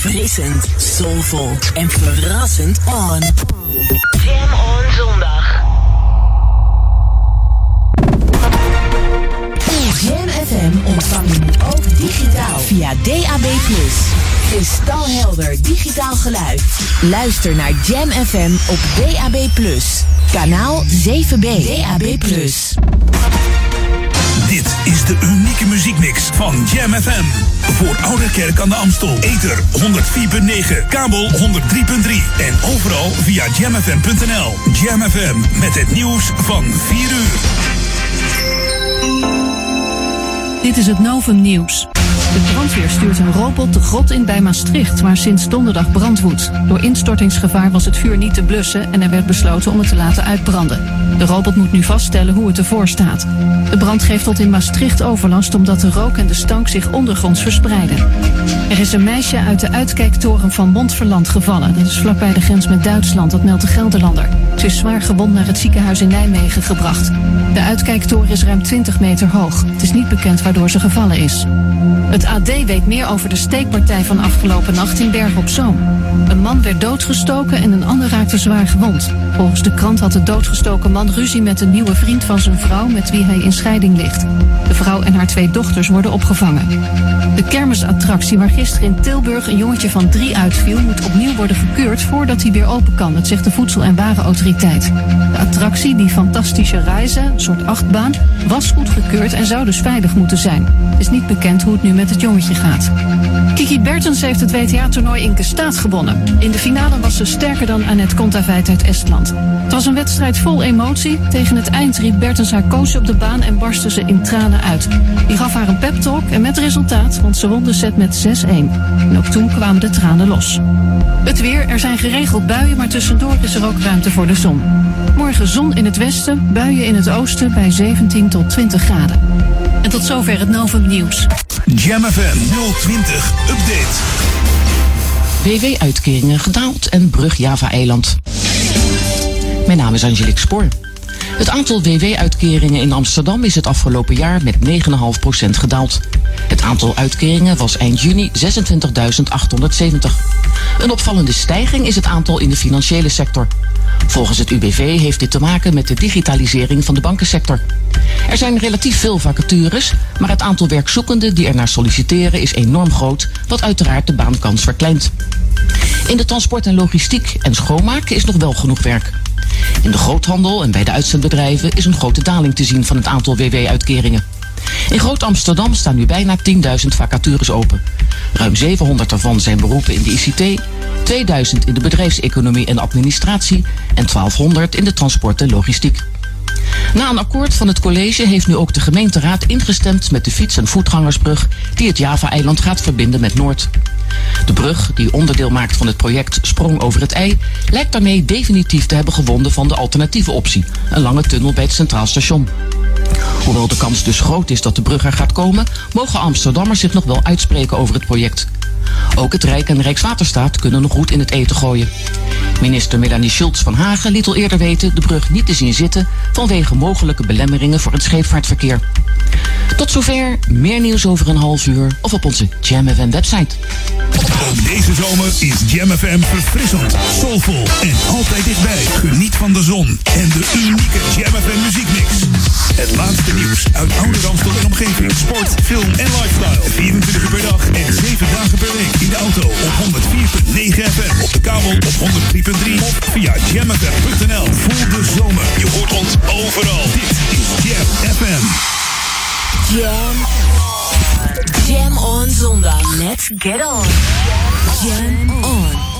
Verfrissend, soulvol en verrassend on. Jam on zondag. Jam FM ontvang je nu ook digitaal via DAB+. Kristalhelder digitaal geluid. Luister naar Jam FM op DAB+. Kanaal 7B. DAB+. Dit is de unieke muziekmix van Jam FM. Voor Ouderkerk aan de Amstel. Ether 104.9, kabel 103.3 en overal via jamfm.nl. Jam FM met het nieuws van 4 uur. Dit is het Novum Nieuws. De brandweer stuurt een robot de grot in bij Maastricht, waar sinds donderdag brand woedt. Door instortingsgevaar was het vuur niet te blussen en er werd besloten om het te laten uitbranden. De robot moet nu vaststellen hoe het ervoor staat. De brand geeft tot in Maastricht overlast omdat de rook en de stank zich ondergronds verspreiden. Er is een meisje uit de uitkijktoren van Montferland gevallen. Dat is vlakbij de grens met Duitsland, dat meldt de Gelderlander. Ze is zwaar gewond naar het ziekenhuis in Nijmegen gebracht. De uitkijktoren is ruim 20 meter hoog. Het is niet bekend waardoor ze gevallen is. Het AD weet meer over de steekpartij van afgelopen nacht in Bergen op Zoom. Een man werd doodgestoken en een ander raakte zwaar gewond. Volgens de krant had de doodgestoken man ruzie met een nieuwe vriend van zijn vrouw met wie hij in scheiding ligt. De vrouw en haar 2 dochters worden opgevangen. De kermisattractie waar gisteren in Tilburg een jongetje van 3 uitviel moet opnieuw worden gekeurd voordat hij weer open kan. Dat zegt de Voedsel- en Warenautoriteit. De attractie, die Fantastische Reizen, een soort achtbaan, was goedgekeurd en zou dus veilig moeten zijn. Het is niet bekend hoe het nu met het jongetje gaat. Kiki Bertens heeft het WTA-toernooi in Gstaad gewonnen. In de finale was ze sterker dan Anett Kontaveit uit Estland. Het was een wedstrijd vol emotie. Tegen het eind riep Bertens haar coach op de baan en barstte ze in tranen uit. Die gaf haar een pep-talk en met resultaat, want ze won de set met 6-1. En ook toen kwamen de tranen los. Het weer, er zijn geregeld buien, maar tussendoor is er ook ruimte voor de zon. Morgen zon in het westen, buien in het oosten bij 17 tot 20 graden. En tot zover het Novum Nieuws. Jam FM 020 Update. WW-uitkeringen gedaald en brug Java-eiland. Mijn naam is Angelique Spoor. Het aantal WW-uitkeringen in Amsterdam is het afgelopen jaar met 9,5% gedaald. Het aantal uitkeringen was eind juni 26.870. Een opvallende stijging is het aantal in de financiële sector. Volgens het UWV heeft dit te maken met de digitalisering van de bankensector. Er zijn relatief veel vacatures, maar het aantal werkzoekenden die er naar solliciteren is enorm groot, wat uiteraard de baankans verkleint. In de transport en logistiek en schoonmaak is nog wel genoeg werk. In de groothandel en bij de uitzendbedrijven is een grote daling te zien van het aantal WW-uitkeringen. In Groot-Amsterdam staan nu bijna 10.000 vacatures open. Ruim 700 daarvan zijn beroepen in de ICT, 2000 in de bedrijfseconomie en administratie en 1200 in de transport en logistiek. Na een akkoord van het college heeft nu ook de gemeenteraad ingestemd met de fiets- en voetgangersbrug die het Java-eiland gaat verbinden met Noord. De brug, die onderdeel maakt van het project Sprong over het IJ, lijkt daarmee definitief te hebben gewonnen van de alternatieve optie, een lange tunnel bij het Centraal Station. Hoewel de kans dus groot is dat de brug er gaat komen, mogen Amsterdammers zich nog wel uitspreken over het project. Ook het Rijk en Rijkswaterstaat kunnen nog goed in het eten gooien. Minister Melanie Schultz van Hagen liet al eerder weten de brug niet te zien zitten vanwege mogelijke belemmeringen voor het scheepvaartverkeer. Tot zover, meer nieuws over een half uur of op onze Jam FM website. Ook deze zomer is Jam FM verfrissend, soulvol en altijd dichtbij. Geniet van de zon en de unieke Jam FM muziekmix. Het laatste nieuws uit oude Amstel en omgeving. Sport, film en lifestyle. 24 uur per dag en 7 dagen per week. In de auto op 104.9 FM. Op de kabel op 103.3 of via jamfm.nl. Voel de zomer. Je hoort ons overal. Dit is Jam FM. Jam on zondag. Let's get on. Jam on.